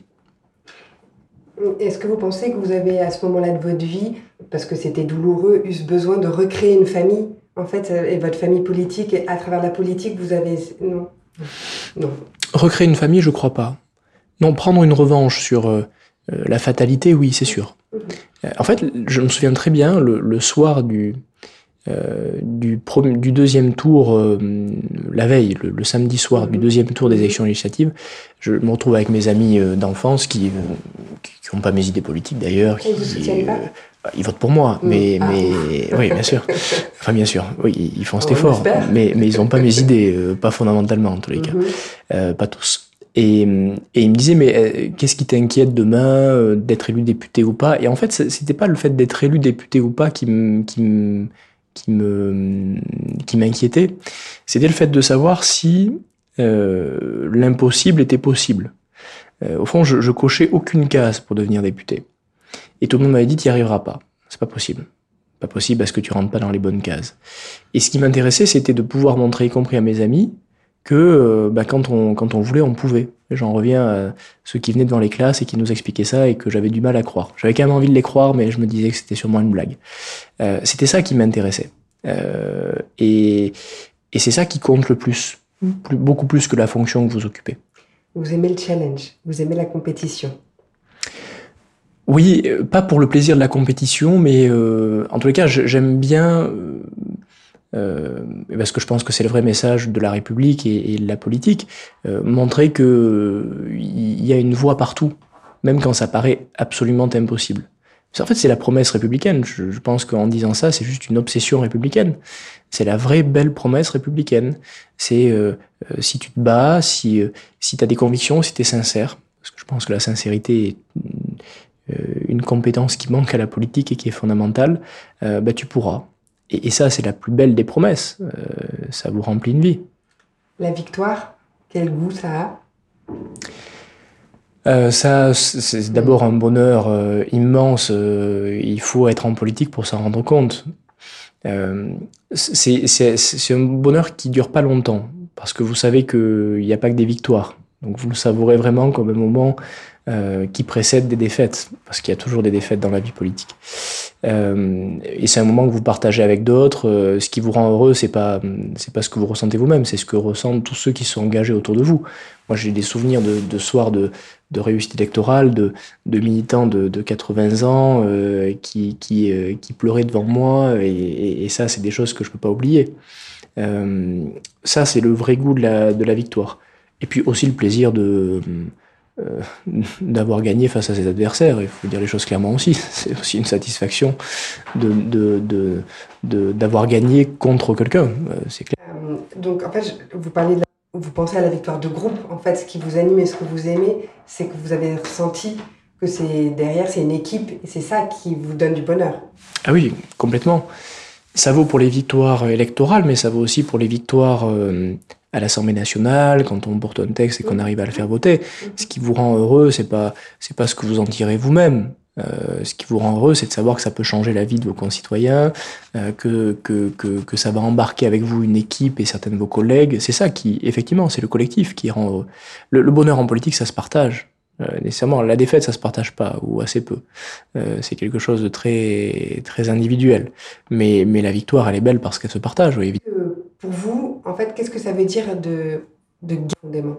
Speaker 1: Est-ce que vous pensez que vous avez, à ce moment-là de votre vie, parce que c'était douloureux, eu ce besoin de recréer une famille, en fait, et votre famille politique, et à travers la politique, vous avez... Non. Non.
Speaker 2: Recréer une famille, je crois pas. Non, prendre une revanche sur euh, la fatalité, oui, c'est sûr. Mmh. Euh, en fait, je me souviens très bien, le, le soir du... Euh, du, premier, du deuxième tour, euh, la veille, le, le samedi soir du deuxième tour des élections législatives, je me retrouve avec mes amis euh, d'enfance qui n'ont pas mes idées politiques d'ailleurs.
Speaker 1: Qui, vous soutiennent pas ?
Speaker 2: euh, Ils votent pour moi, mmh. mais, ah. mais oui, bien sûr. Enfin, bien sûr, oui, ils font cet On effort, mais, mais ils n'ont pas mes idées, euh, pas fondamentalement en tous les cas, mmh. euh, pas tous. Et, et il me disait, mais euh, qu'est-ce qui t'inquiète demain, euh, d'être élu député ou pas ? Et en fait, c'était pas le fait d'être élu député ou pas qui me... Qui me qui me qui m'inquiétait, c'était le fait de savoir si euh, l'impossible était possible. Euh, au fond, je, je cochais aucune case pour devenir député. Et tout le monde m'avait dit, t'y arriveras pas. C'est pas possible. Pas possible parce que tu rentres pas dans les bonnes cases. Et ce qui m'intéressait, c'était de pouvoir montrer, y compris à mes amis, que euh, bah, quand on quand on voulait, on pouvait. Et j'en reviens à ceux qui venaient devant les classes et qui nous expliquaient ça et que j'avais du mal à croire. J'avais quand même envie de les croire, mais je me disais que c'était sûrement une blague. Euh, c'était ça qui m'intéressait. Euh, et, et c'est ça qui compte le plus, plus, beaucoup plus que la fonction que vous occupez.
Speaker 1: Vous aimez le challenge, vous aimez la compétition.
Speaker 2: Oui, pas pour le plaisir de la compétition, mais euh, en tous les cas, j'aime bien... Euh, parce que je pense que c'est le vrai message de la République et, et de la politique, euh, montrer que il y a une voie partout, même quand ça paraît absolument impossible. En fait, c'est la promesse républicaine. Je, je pense qu'en disant ça, c'est juste une obsession républicaine. C'est la vraie belle promesse républicaine. C'est euh, euh, si tu te bats, si euh, si t'as des convictions, si t'es sincère, parce que je pense que la sincérité est euh, une compétence qui manque à la politique et qui est fondamentale, euh, bah tu pourras. Et, et ça, c'est la plus belle des promesses. Euh, ça vous remplit une vie.
Speaker 1: La victoire, quel goût ça a ?
Speaker 2: Euh, ça, c'est d'abord un bonheur euh, immense. Euh, il faut être en politique pour s'en rendre compte. Euh, c'est, c'est, c'est un bonheur qui dure pas longtemps, parce que vous savez qu'il n'y a pas que des victoires. Donc vous le savourez vraiment comme un moment euh, qui précède des défaites, parce qu'il y a toujours des défaites dans la vie politique. Euh, et c'est un moment que vous partagez avec d'autres. Euh, ce qui vous rend heureux, c'est pas c'est pas ce que vous ressentez vous-même, c'est ce que ressentent tous ceux qui sont engagés autour de vous. Moi, j'ai des souvenirs de, de soirs de, de réussite électorale, de, de militants de, de quatre-vingts ans euh, qui qui, euh, qui pleuraient devant moi, et, et, et ça, c'est des choses que je peux pas oublier. Euh, ça, c'est le vrai goût de la de la victoire. Et puis aussi le plaisir de Euh, d'avoir gagné face à ses adversaires. Il faut dire les choses clairement aussi. C'est aussi une satisfaction de, de, de, de, d'avoir gagné contre quelqu'un. Euh, c'est clair.
Speaker 1: Euh, donc, en fait, vous parlez de la... vous pensez à la victoire de groupe. En fait, ce qui vous anime et ce que vous aimez, c'est que vous avez ressenti que c'est derrière, c'est une équipe, et c'est ça qui vous donne du bonheur.
Speaker 2: Ah oui, complètement. Ça vaut pour les victoires électorales, mais ça vaut aussi pour les victoires euh, à l'Assemblée nationale, quand on porte un texte et qu'on arrive à le faire voter. Ce qui vous rend heureux, c'est pas, c'est pas ce que vous en tirez vous-même. Euh, ce qui vous rend heureux, c'est de savoir que ça peut changer la vie de vos concitoyens, euh, que, que, que, que ça va embarquer avec vous une équipe et certains de vos collègues. C'est ça qui, effectivement, c'est le collectif qui rend heureux. Le, le bonheur en politique, ça se partage. Euh, nécessairement, la défaite, ça se partage pas, ou assez peu. Euh, c'est quelque chose de très, très individuel. Mais, mais la victoire, elle est belle parce qu'elle se partage, oui, évidemment.
Speaker 1: Euh, pour vous, en fait, qu'est-ce que ça veut dire de, de gagner?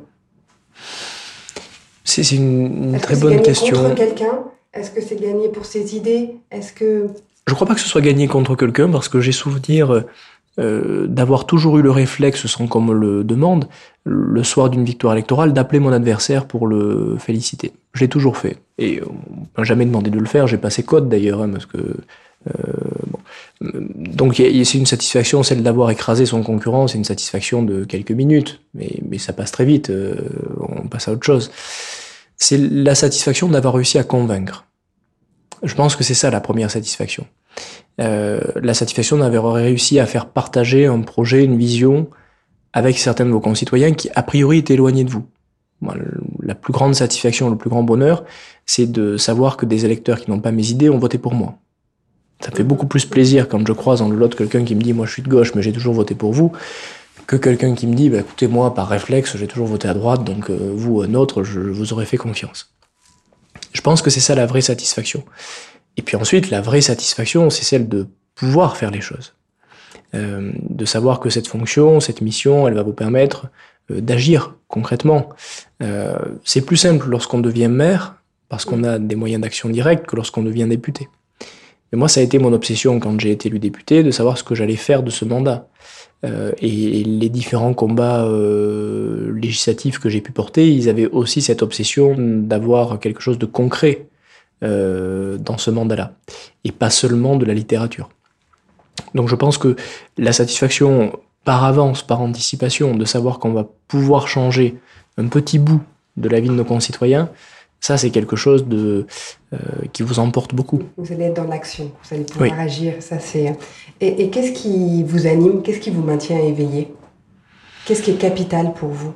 Speaker 2: C'est, c'est une, une très bonne
Speaker 1: gagner
Speaker 2: question.
Speaker 1: Contre quelqu'un? Est-ce que c'est gagner pour ses idées? Est-ce que...
Speaker 2: Je crois pas que ce soit gagner contre quelqu'un, parce que j'ai souvenir euh, d'avoir toujours eu le réflexe, sans qu'on me le demande, le soir d'une victoire électorale, d'appeler mon adversaire pour le féliciter. Je l'ai toujours fait. Et on m'a jamais demandé de le faire. J'ai passé code d'ailleurs, hein, parce que... Euh, bon. Donc c'est une satisfaction, celle d'avoir écrasé son concurrent, c'est une satisfaction de quelques minutes, mais, mais ça passe très vite, euh, on passe à autre chose. C'est la satisfaction d'avoir réussi à convaincre. Je pense que c'est ça la première satisfaction. Euh, la satisfaction d'avoir réussi à faire partager un projet, une vision avec certains de vos concitoyens qui a priori étaient éloignés de vous. Bon, la plus grande satisfaction, le plus grand bonheur, c'est de savoir que des électeurs qui n'ont pas mes idées ont voté pour moi. Ça me fait beaucoup plus plaisir quand je croise en l'autre quelqu'un qui me dit « moi je suis de gauche mais j'ai toujours voté pour vous » que quelqu'un qui me dit bah, « écoutez moi par réflexe j'ai toujours voté à droite donc euh, vous un autre je vous aurais fait confiance ». Je pense que c'est ça la vraie satisfaction. Et puis ensuite la vraie satisfaction c'est celle de pouvoir faire les choses. Euh, de savoir que cette fonction, cette mission, elle va vous permettre euh, d'agir concrètement. Euh, c'est plus simple lorsqu'on devient maire parce qu'on a des moyens d'action directs que lorsqu'on devient député. Et moi, ça a été mon obsession quand j'ai été élu député, de savoir ce que j'allais faire de ce mandat. Euh, et, et les différents combats euh, législatifs que j'ai pu porter, ils avaient aussi cette obsession d'avoir quelque chose de concret euh, dans ce mandat-là. Et pas seulement de la littérature. Donc je pense que la satisfaction par avance, par anticipation, de savoir qu'on va pouvoir changer un petit bout de la vie de nos concitoyens, ça, c'est quelque chose de, euh, qui vous emporte beaucoup.
Speaker 1: Vous allez être dans l'action, vous allez pouvoir
Speaker 2: oui.
Speaker 1: agir. Ça, c'est... Et, et qu'est-ce qui vous anime? Qu'est-ce qui vous maintient éveillé? Qu'est-ce qui est capital pour vous?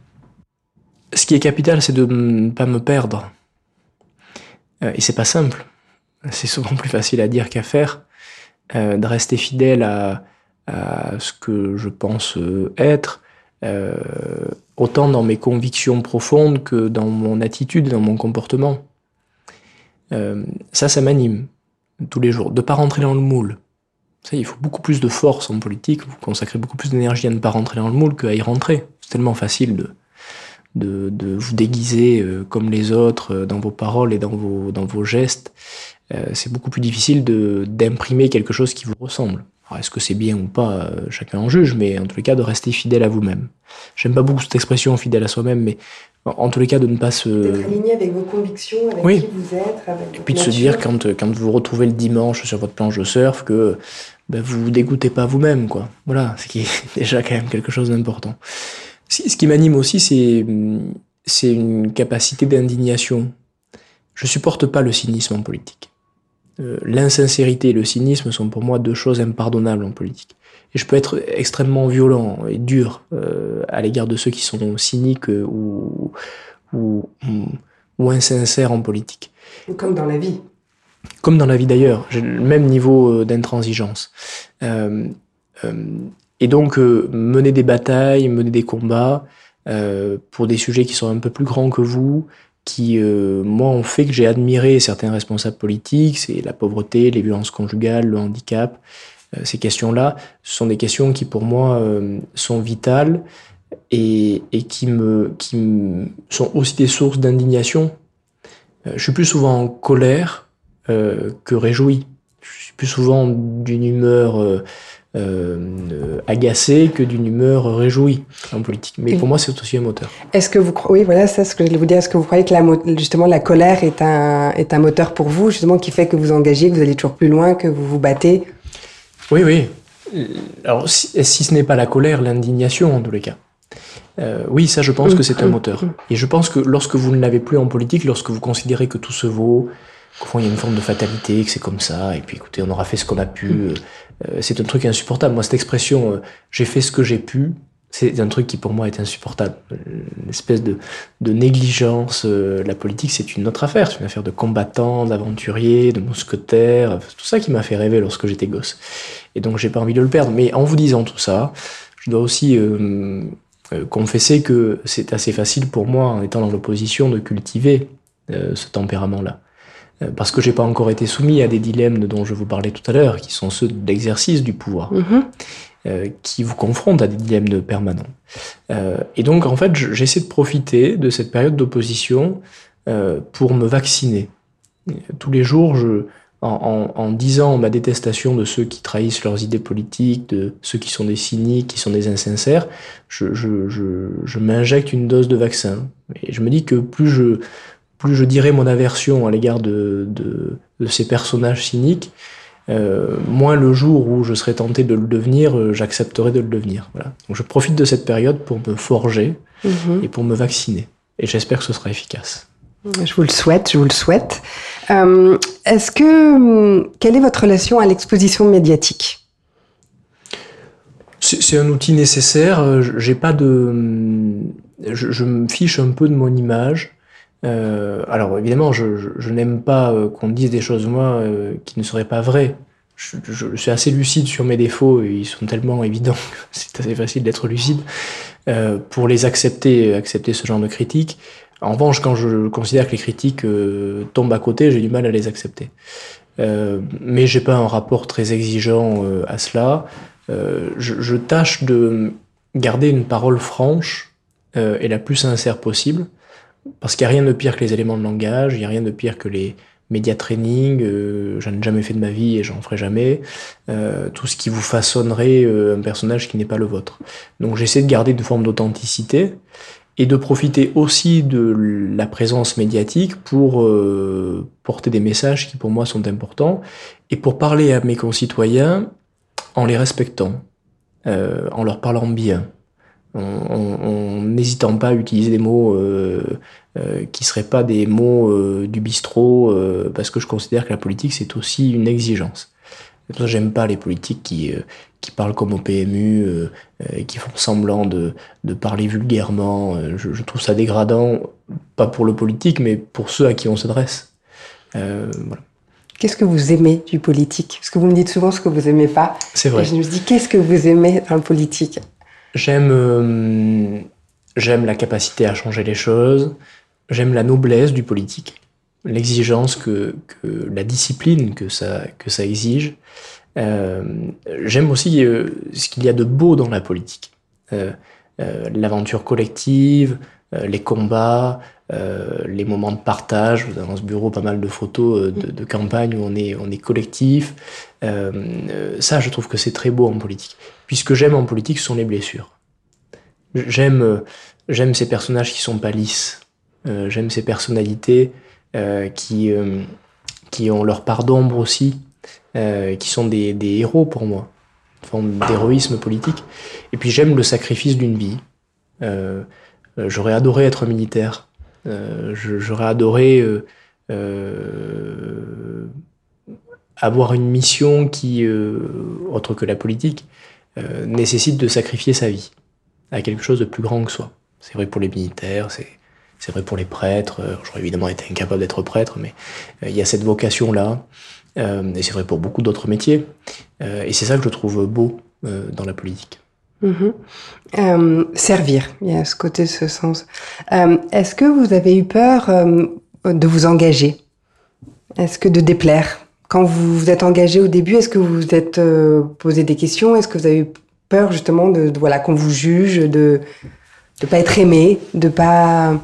Speaker 2: Ce qui est capital, c'est de ne pas me perdre. Euh, et c'est pas simple. C'est souvent plus facile à dire qu'à faire. Euh, de rester fidèle à, à ce que je pense être, euh, autant dans mes convictions profondes que dans mon attitude, dans mon comportement. Euh, ça, ça m'anime tous les jours. De pas rentrer dans le moule. Ça, il faut beaucoup plus de force en politique, vous consacrez beaucoup plus d'énergie à ne pas rentrer dans le moule qu'à y rentrer. C'est tellement facile de, de, de vous déguiser euh, comme les autres euh, dans vos paroles et dans vos, dans vos gestes. Euh, c'est beaucoup plus difficile de, d'imprimer quelque chose qui vous ressemble. Alors, est-ce que c'est bien ou pas, euh, chacun en juge, mais en tous les cas, de rester fidèle à vous-même. J'aime pas beaucoup cette expression, fidèle à soi-même, mais en, en tous les cas, de ne pas se...
Speaker 1: D'être aligné avec vos convictions, avec
Speaker 2: oui.
Speaker 1: qui vous êtes, avec votre
Speaker 2: Et puis de
Speaker 1: nature.
Speaker 2: se dire, quand, quand vous vous retrouvez le dimanche sur votre planche de surf, que ben, vous vous dégoûtez pas vous-même, quoi. Voilà, ce qui est déjà quand même quelque chose d'important. Ce qui m'anime aussi, c'est, c'est une capacité d'indignation. Je supporte pas le cynisme en politique. Euh, l'insincérité et le cynisme sont pour moi deux choses impardonnables en politique. Et je peux être extrêmement violent et dur euh, à l'égard de ceux qui sont cyniques euh, ou, ou, ou insincères en politique.
Speaker 1: Comme dans la vie.
Speaker 2: Comme dans la vie d'ailleurs, j'ai le même niveau d'intransigeance. Euh, euh, et donc, euh, mener des batailles, mener des combats, euh, pour des sujets qui sont un peu plus grands que vous, qui, euh, moi, ont fait que j'ai admiré certains responsables politiques. C'est la pauvreté, les violences conjugales, le handicap. Euh, ces questions-là, ce sont des questions qui, pour moi, euh, sont vitales et, et qui, me, qui me sont aussi des sources d'indignation. Euh, je suis plus souvent en colère euh, que réjoui. Je suis plus souvent d'une humeur euh, euh, agacée que d'une humeur réjouie en politique. Mais
Speaker 1: Et
Speaker 2: pour moi, c'est aussi un moteur.
Speaker 1: Est-ce que vous croyez, oui, voilà, c'est ce que je voulais vous dire. Est-ce que vous croyez que la, justement la colère est un, est un moteur pour vous, justement, qui fait que vous engagez, que vous allez toujours plus loin, que vous vous battez?
Speaker 2: Oui, oui. Alors, si, si ce n'est pas la colère, l'indignation, en tous les cas. Euh, oui, ça, je pense que c'est un moteur. Et je pense que lorsque vous ne l'avez plus en politique, lorsque vous considérez que tout se vaut, qu'au fond, il y a une forme de fatalité, que c'est comme ça, et puis écoutez, on aura fait ce qu'on a pu, euh, c'est un truc insupportable. Moi, cette expression euh, « j'ai fait ce que j'ai pu », c'est un truc qui, pour moi, est insupportable. Une espèce de, de négligence. Euh, la politique, c'est une autre affaire. C'est une affaire de combattants, d'aventuriers, de mousquetaires. C'est tout ça qui m'a fait rêver lorsque j'étais gosse. Et donc, j'ai pas envie de le perdre. Mais en vous disant tout ça, je dois aussi euh, euh, confesser que c'est assez facile pour moi, en étant dans l'opposition, de cultiver euh, ce tempérament-là. Euh, parce que j'ai pas encore été soumis à des dilemmes dont je vous parlais tout à l'heure, qui sont ceux de l'exercice du pouvoir. Mm-hmm. Euh, qui vous confrontent à des dilemmes de permanents. Euh, et donc, en fait, j'essaie de profiter de cette période d'opposition euh, pour me vacciner. Tous les jours, je, en, en, en disant ma détestation de ceux qui trahissent leurs idées politiques, de ceux qui sont des cyniques, qui sont des insincères, je, je, je, je m'injecte une dose de vaccin. Et je me dis que plus je, plus je dirai mon aversion à l'égard de, de, de ces personnages cyniques, Euh, moins le jour où je serai tenté de le devenir, euh, j'accepterai de le devenir. Voilà. Donc je profite de cette période pour me forger mmh. et pour me vacciner. Et j'espère que ce sera efficace.
Speaker 1: Je vous le souhaite, je vous le souhaite. Euh, est-ce que, quelle est votre relation à l'exposition médiatique ?
Speaker 2: C'est, c'est un outil nécessaire. J'ai pas de, je, je me fiche un peu de mon image. Euh, alors évidemment, je, je, je n'aime pas euh, qu'on dise des choses moi euh, qui ne seraient pas vraies. Je, je, je suis assez lucide sur mes défauts et ils sont tellement évidents que c'est assez facile d'être lucide euh, pour les accepter, accepter ce genre de critiques. En revanche, quand je considère que les critiques euh, tombent à côté, j'ai du mal à les accepter. Euh, mais j'ai pas un rapport très exigeant euh, à cela. Euh, je, je tâche de garder une parole franche euh, et la plus sincère possible. Parce qu'il n'y a rien de pire que les éléments de langage, il n'y a rien de pire que les médias training, euh, j'en ai jamais fait de ma vie et j'en ferai jamais, euh, tout ce qui vous façonnerait euh, un personnage qui n'est pas le vôtre. Donc j'essaie de garder une forme d'authenticité et de profiter aussi de la présence médiatique pour euh, porter des messages qui pour moi sont importants et pour parler à mes concitoyens en les respectant, euh, en leur parlant bien. En n'hésitant pas à utiliser des mots euh, euh, qui ne seraient pas des mots euh, du bistrot, euh, parce que je considère que la politique, c'est aussi une exigence. J'aime pas les politiques qui, euh, qui parlent comme au P M U, euh, euh, qui font semblant de, de parler vulgairement. Je, je trouve ça dégradant, pas pour le politique, mais pour ceux à qui on s'adresse. Euh, voilà.
Speaker 1: Qu'est-ce que vous aimez du politique ? Parce que vous me dites souvent ce que vous n'aimez pas.
Speaker 2: C'est vrai.
Speaker 1: Et je me dis, qu'est-ce que vous aimez dans le politique ?
Speaker 2: J'aime, euh, j'aime la capacité à changer les choses, j'aime la noblesse du politique, l'exigence que, que la discipline que ça, que ça exige. Euh, j'aime aussi euh, ce qu'il y a de beau dans la politique. Euh, euh, l'aventure collective, euh, les combats, euh, les moments de partage. Vous avez dans ce bureau pas mal de photos de, de campagne où on est, on est collectif. Euh, ça, je trouve que c'est très beau en politique. Puis ce que j'aime en politique, ce sont les blessures. J'aime, j'aime ces personnages qui sont pas lisses. Euh, j'aime ces personnalités euh, qui, euh, qui ont leur part d'ombre aussi, euh, qui sont des, des héros pour moi, une forme d'héroïsme politique. Et puis j'aime le sacrifice d'une vie. Euh, j'aurais adoré être militaire. Euh, je, j'aurais adoré euh, euh, avoir une mission qui, euh, autre que la politique, euh, nécessite de sacrifier sa vie à quelque chose de plus grand que soi. C'est vrai pour les militaires, c'est, c'est vrai pour les prêtres. J'aurais évidemment été incapable d'être prêtre, mais il euh, y a cette vocation-là. Euh, et c'est vrai pour beaucoup d'autres métiers. Euh, et c'est ça que je trouve beau euh, dans la politique.
Speaker 1: Mmh. Euh, servir, il y a ce côté, ce sens. Euh, est-ce que vous avez eu peur euh, de vous engager? Est-ce que de déplaire? Quand vous vous êtes engagé au début, est-ce que vous vous êtes euh, posé des questions? Est-ce que vous avez eu peur justement de, de voilà qu'on vous juge, de de pas être aimé, de pas...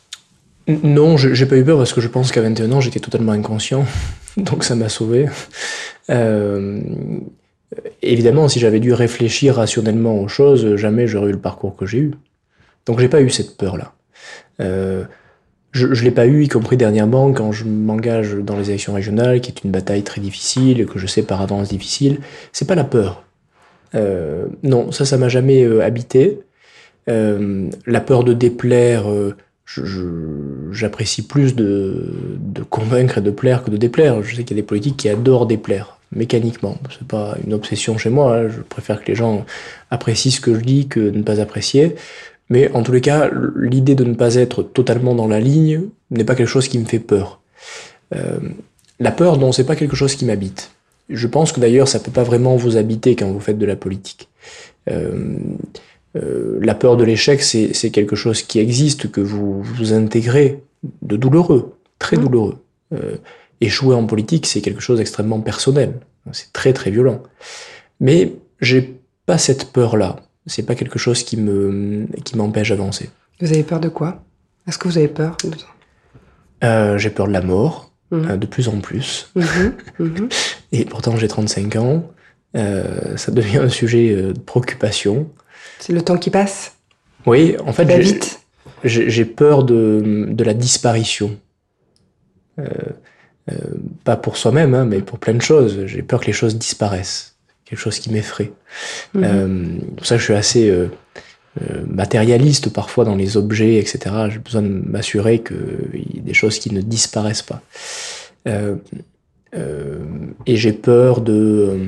Speaker 2: Non, je, j'ai pas eu peur parce que je pense qu'à vingt et un ans, j'étais totalement inconscient. Donc ça m'a sauvé. Euh, évidemment, si j'avais dû réfléchir rationnellement aux choses, jamais j'aurais eu le parcours que j'ai eu. Donc j'ai pas eu cette peur-là. Euh, je, je l'ai pas eu, y compris dernièrement, quand je m'engage dans les élections régionales, qui est une bataille très difficile, que je sais par avance difficile. C'est pas la peur. Euh, non, ça, ça m'a jamais euh, habité. Euh, la peur de déplaire, euh, je, je, j'apprécie plus de, de convaincre et de plaire que de déplaire. Je sais qu'il y a des politiques qui adorent déplaire, mécaniquement. C'est pas une obsession chez moi, hein. Je préfère que les gens apprécient ce que je dis que de ne pas apprécier. Mais en tous les cas, l'idée de ne pas être totalement dans la ligne n'est pas quelque chose qui me fait peur. Euh, la peur, non, c'est pas quelque chose qui m'habite. Je pense que d'ailleurs, ça peut pas vraiment vous habiter quand vous faites de la politique. Euh, euh, la peur de l'échec, c'est, c'est quelque chose qui existe, que vous, vous intégrez, de douloureux, très douloureux. Euh, échouer en politique, c'est quelque chose d'extrêmement personnel. C'est très très violent. Mais j'ai pas cette peur-là. C'est pas quelque chose qui me qui m'empêche d'avancer.
Speaker 1: Vous avez peur de quoi? Est-ce que vous avez peur?
Speaker 2: euh, J'ai peur de la mort,
Speaker 1: mmh.
Speaker 2: euh, de plus en plus.
Speaker 1: Mmh. Mmh.
Speaker 2: Et pourtant, j'ai trente-cinq ans. Euh, ça devient un sujet euh, de préoccupation.
Speaker 1: C'est le temps qui passe?
Speaker 2: Oui, en fait,
Speaker 1: j'ai,
Speaker 2: vite. J'ai, j'ai peur de, de la disparition. Euh, euh, pas pour soi-même, hein, mais pour plein de choses. J'ai peur que les choses disparaissent. Quelque chose qui m'effraie. Mmh. Euh, pour ça, je suis assez euh, euh, matérialiste parfois dans les objets, et cetera. J'ai besoin de m'assurer qu'il y a des choses qui ne disparaissent pas. Euh, euh, et j'ai peur de... Euh,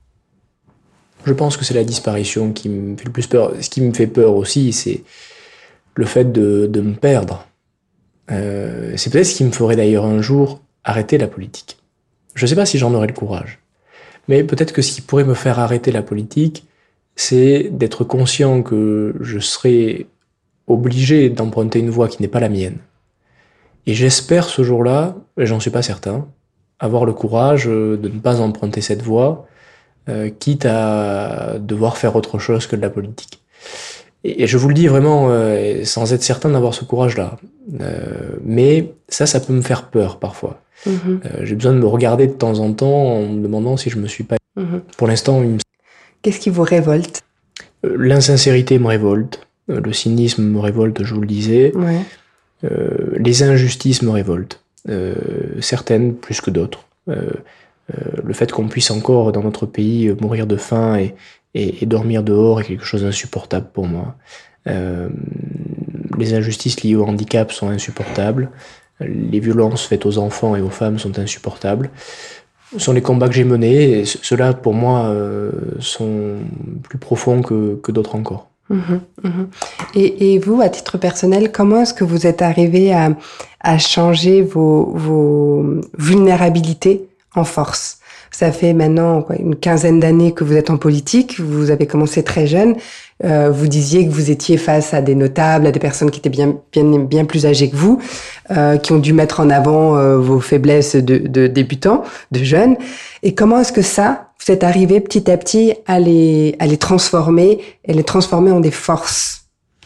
Speaker 2: je pense que c'est la disparition qui me fait le plus peur. Ce qui me fait peur aussi, c'est le fait de, de me perdre. Euh, c'est peut-être ce qui me ferait d'ailleurs un jour arrêter la politique. Je ne sais pas si j'en aurais le courage. Mais peut-être que ce qui pourrait me faire arrêter la politique, c'est d'être conscient que je serai obligé d'emprunter une voie qui n'est pas la mienne. Et j'espère ce jour-là, et j'en suis pas certain, avoir le courage de ne pas emprunter cette voie, euh, quitte à devoir faire autre chose que de la politique. Et, et je vous le dis vraiment, euh, sans être certain d'avoir ce courage-là. Euh, mais ça, ça peut me faire peur parfois. Mmh. Euh, j'ai besoin de me regarder de temps en temps en me demandant si je me suis pas... Mmh. Pour l'instant, il me...
Speaker 1: Qu'est-ce qui vous révolte?
Speaker 2: euh, L'insincérité me révolte, euh, le cynisme me révolte, je vous le disais,
Speaker 1: ouais.
Speaker 2: euh, les injustices me révoltent, euh, certaines plus que d'autres. Euh, euh, le fait qu'on puisse encore dans notre pays mourir de faim et, et, et dormir dehors est quelque chose d'insupportable pour moi. Euh, les injustices liées au handicap sont insupportables. Les violences faites aux enfants et aux femmes sont insupportables. Ce sont les combats que j'ai menés, et ceux-là, pour moi, euh, sont plus profonds que, que d'autres encore.
Speaker 1: Mmh, mmh. Et, et vous, à titre personnel, comment est-ce que vous êtes arrivé à, à changer vos, vos vulnérabilités en force? Ça fait maintenant quoi, une quinzaine d'années que vous êtes en politique, vous avez commencé très jeune. Euh, vous disiez que vous étiez face à des notables, à des personnes qui étaient bien, bien, bien plus âgées que vous, euh, qui ont dû mettre en avant euh, vos faiblesses de, de débutants, de jeunes. Et comment est-ce que ça, vous êtes arrivé petit à petit à les, à les transformer, et les transformer en des forces?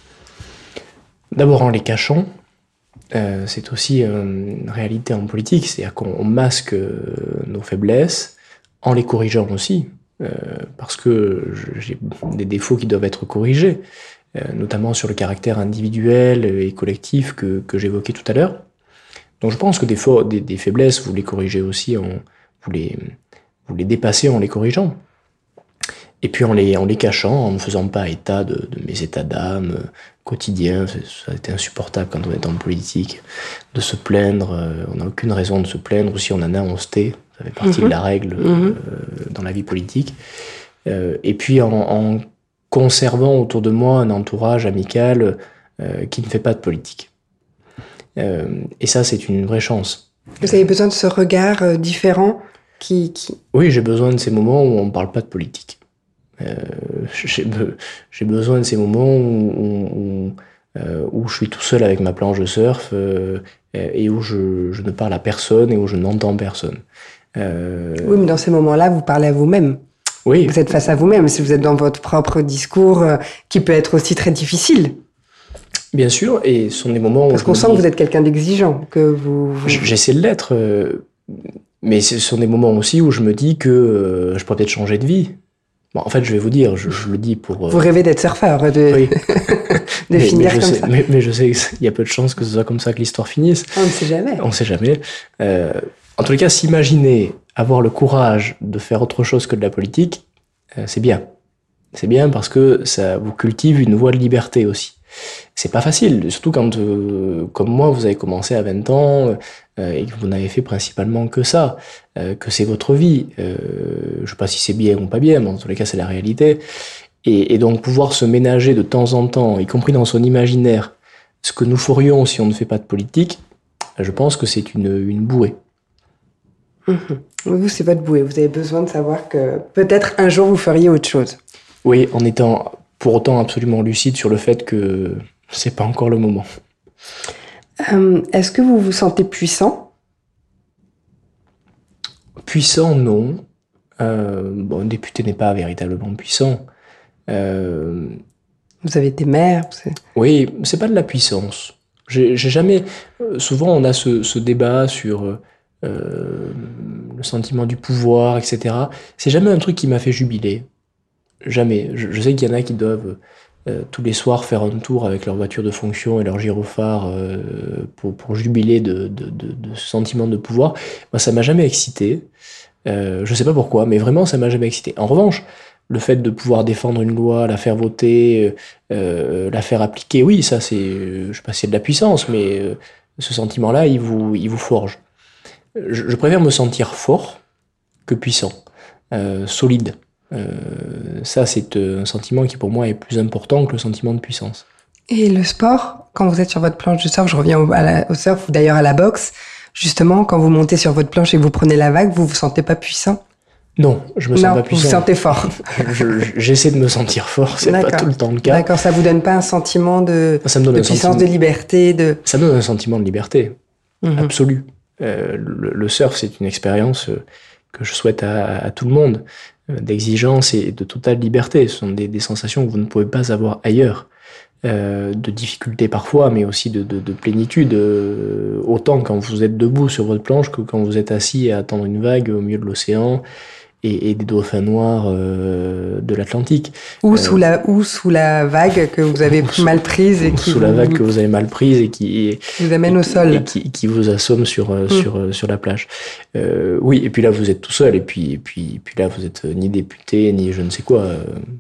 Speaker 2: D'abord en les cachant. Euh, c'est aussi une réalité en politique, c'est-à-dire qu'on masque euh, nos faiblesses en les corrigeant aussi. Euh, parce que j'ai des défauts qui doivent être corrigés, euh, notamment sur le caractère individuel et collectif que, que j'évoquais tout à l'heure. Donc je pense que des, fa- des, des faiblesses, vous les corrigez aussi, en, vous, les, vous les dépassez en les corrigeant. Et puis en les, en les cachant, en ne faisant pas état de, de mes états d'âme quotidiens. Ça a été insupportable quand on est en politique, de se plaindre. Euh, on n'a aucune raison de se plaindre, ou si on en a, on se tait. Ça fait partie mmh. de la règle mmh. euh, dans la vie politique. Euh, et puis en, en conservant autour de moi un entourage amical euh, qui ne fait pas de politique. Euh, et ça, c'est une vraie chance.
Speaker 1: Vous avez besoin de ce regard euh, différent qui, qui...
Speaker 2: Oui, j'ai besoin de ces moments où on ne parle pas de politique. Euh, j'ai, be- j'ai besoin de ces moments où, où, où, euh, où je suis tout seul avec ma planche de surf euh, et où je, je ne parle à personne et où je n'entends personne. Euh,
Speaker 1: Oui, mais dans ces moments-là, vous parlez à vous-même.
Speaker 2: oui,
Speaker 1: Vous êtes face à vous-même. Si vous êtes dans votre propre discours, euh, qui peut être aussi très difficile.
Speaker 2: bien sûr, et ce sont des moments où
Speaker 1: Parce
Speaker 2: je
Speaker 1: qu'on
Speaker 2: me
Speaker 1: sent
Speaker 2: dis,
Speaker 1: que vous êtes quelqu'un d'exigeant, que vous... vous...
Speaker 2: j'essaie de l'être, euh, mais ce sont des moments aussi où je me dis que euh, je pourrais peut-être changer de vie. Bon, en fait, je vais vous dire, je, je le dis pour... euh,
Speaker 1: Vous rêvez d'être surfeur, de,
Speaker 2: Oui.
Speaker 1: de
Speaker 2: mais, mais
Speaker 1: finir
Speaker 2: je
Speaker 1: comme
Speaker 2: sais,
Speaker 1: ça.
Speaker 2: mais, mais je sais qu'il y a peu de chances que ce soit comme ça que l'histoire finisse.
Speaker 1: On ne sait jamais.
Speaker 2: On ne sait jamais. Euh, en tous les cas, s'imaginer avoir le courage de faire autre chose que de la politique, euh, c'est bien. C'est bien parce que ça vous cultive une voie de liberté aussi. C'est pas facile, surtout quand, euh, comme moi, vous avez commencé à vingt ans euh, et que vous n'avez fait principalement que ça, euh, que c'est votre vie. Euh, je sais pas si c'est bien ou pas bien, mais en tous les cas, c'est la réalité. Et, et donc pouvoir se ménager de temps en temps, y compris dans son imaginaire, ce que nous ferions si on ne fait pas de politique, je pense que c'est une, une bouée.
Speaker 1: Mmh. Vous, c'est votre bouée. Vous avez besoin de savoir que peut-être un jour vous feriez autre chose.
Speaker 2: Oui, en étant pour autant absolument lucide sur le fait que c'est pas encore le moment.
Speaker 1: Euh, est-ce que vous vous sentez puissant?
Speaker 2: Puissant, non. Euh, bon, un député n'est pas véritablement puissant. Euh,
Speaker 1: Vous avez des mères? Vous avez...
Speaker 2: oui, c'est pas de la puissance. J'ai, j'ai jamais. Souvent, on a ce, ce débat sur euh, le sentiment du pouvoir, et cetera. C'est jamais un truc qui m'a fait jubiler. Jamais. Je, je sais qu'il y en a qui doivent euh, tous les soirs faire un tour avec leur voiture de fonction et leur gyrophare euh, pour, pour jubiler de, de, de, de ce sentiment de pouvoir. Moi, ça m'a jamais excité. Euh, je sais pas pourquoi, mais vraiment, ça m'a jamais excité. En revanche, le fait de pouvoir défendre une loi, la faire voter, euh, la faire appliquer, oui, ça, c'est, euh, je sais pas si c'est de la puissance, mais euh, ce sentiment-là, il vous, il vous forge. Je, je préfère me sentir fort que puissant, euh, solide. Euh, ça, c'est un sentiment qui, pour moi, est plus important que le sentiment de puissance.
Speaker 1: Et le sport, quand vous êtes sur votre planche de surf, je reviens au, à la, au surf ou d'ailleurs à la boxe, justement, quand vous montez sur votre planche et que vous prenez la vague, vous vous sentez pas puissant?
Speaker 2: Non, je me sens
Speaker 1: non,
Speaker 2: pas puissant.
Speaker 1: Vous vous sentez fort.
Speaker 2: je, je, j'essaie de me sentir fort, c'est
Speaker 1: D'accord.
Speaker 2: pas tout le temps le cas.
Speaker 1: D'accord, ça vous donne pas un sentiment de,
Speaker 2: ça me donne
Speaker 1: de
Speaker 2: un
Speaker 1: puissance,
Speaker 2: sentiment...
Speaker 1: de liberté, de...
Speaker 2: Ça me donne un sentiment de liberté,
Speaker 1: mmh.
Speaker 2: absolue. Euh, le, le surf, c'est une expérience que je souhaite à, à tout le monde, d'exigence et de totale liberté. Ce sont des, des sensations que vous ne pouvez pas avoir ailleurs. Euh, de difficulté parfois, mais aussi de, de, de plénitude, euh, autant quand vous êtes debout sur votre planche que quand vous êtes assis à attendre une vague au milieu de l'océan et, et des dauphins noirs euh, de l'Atlantique.
Speaker 1: Ou,
Speaker 2: euh,
Speaker 1: sous la, ou sous la vague que vous avez
Speaker 2: sous,
Speaker 1: mal prise et qui
Speaker 2: sous
Speaker 1: vous,
Speaker 2: la vague que vous avez mal prise et qui
Speaker 1: vous amène
Speaker 2: et,
Speaker 1: au sol.
Speaker 2: Et qui, qui vous assomme sur,
Speaker 1: mmh.
Speaker 2: sur, sur la plage. Euh, oui, et puis là, vous êtes tout seul, et puis, et puis, et puis là, vous êtes ni député, ni je ne sais quoi. Euh,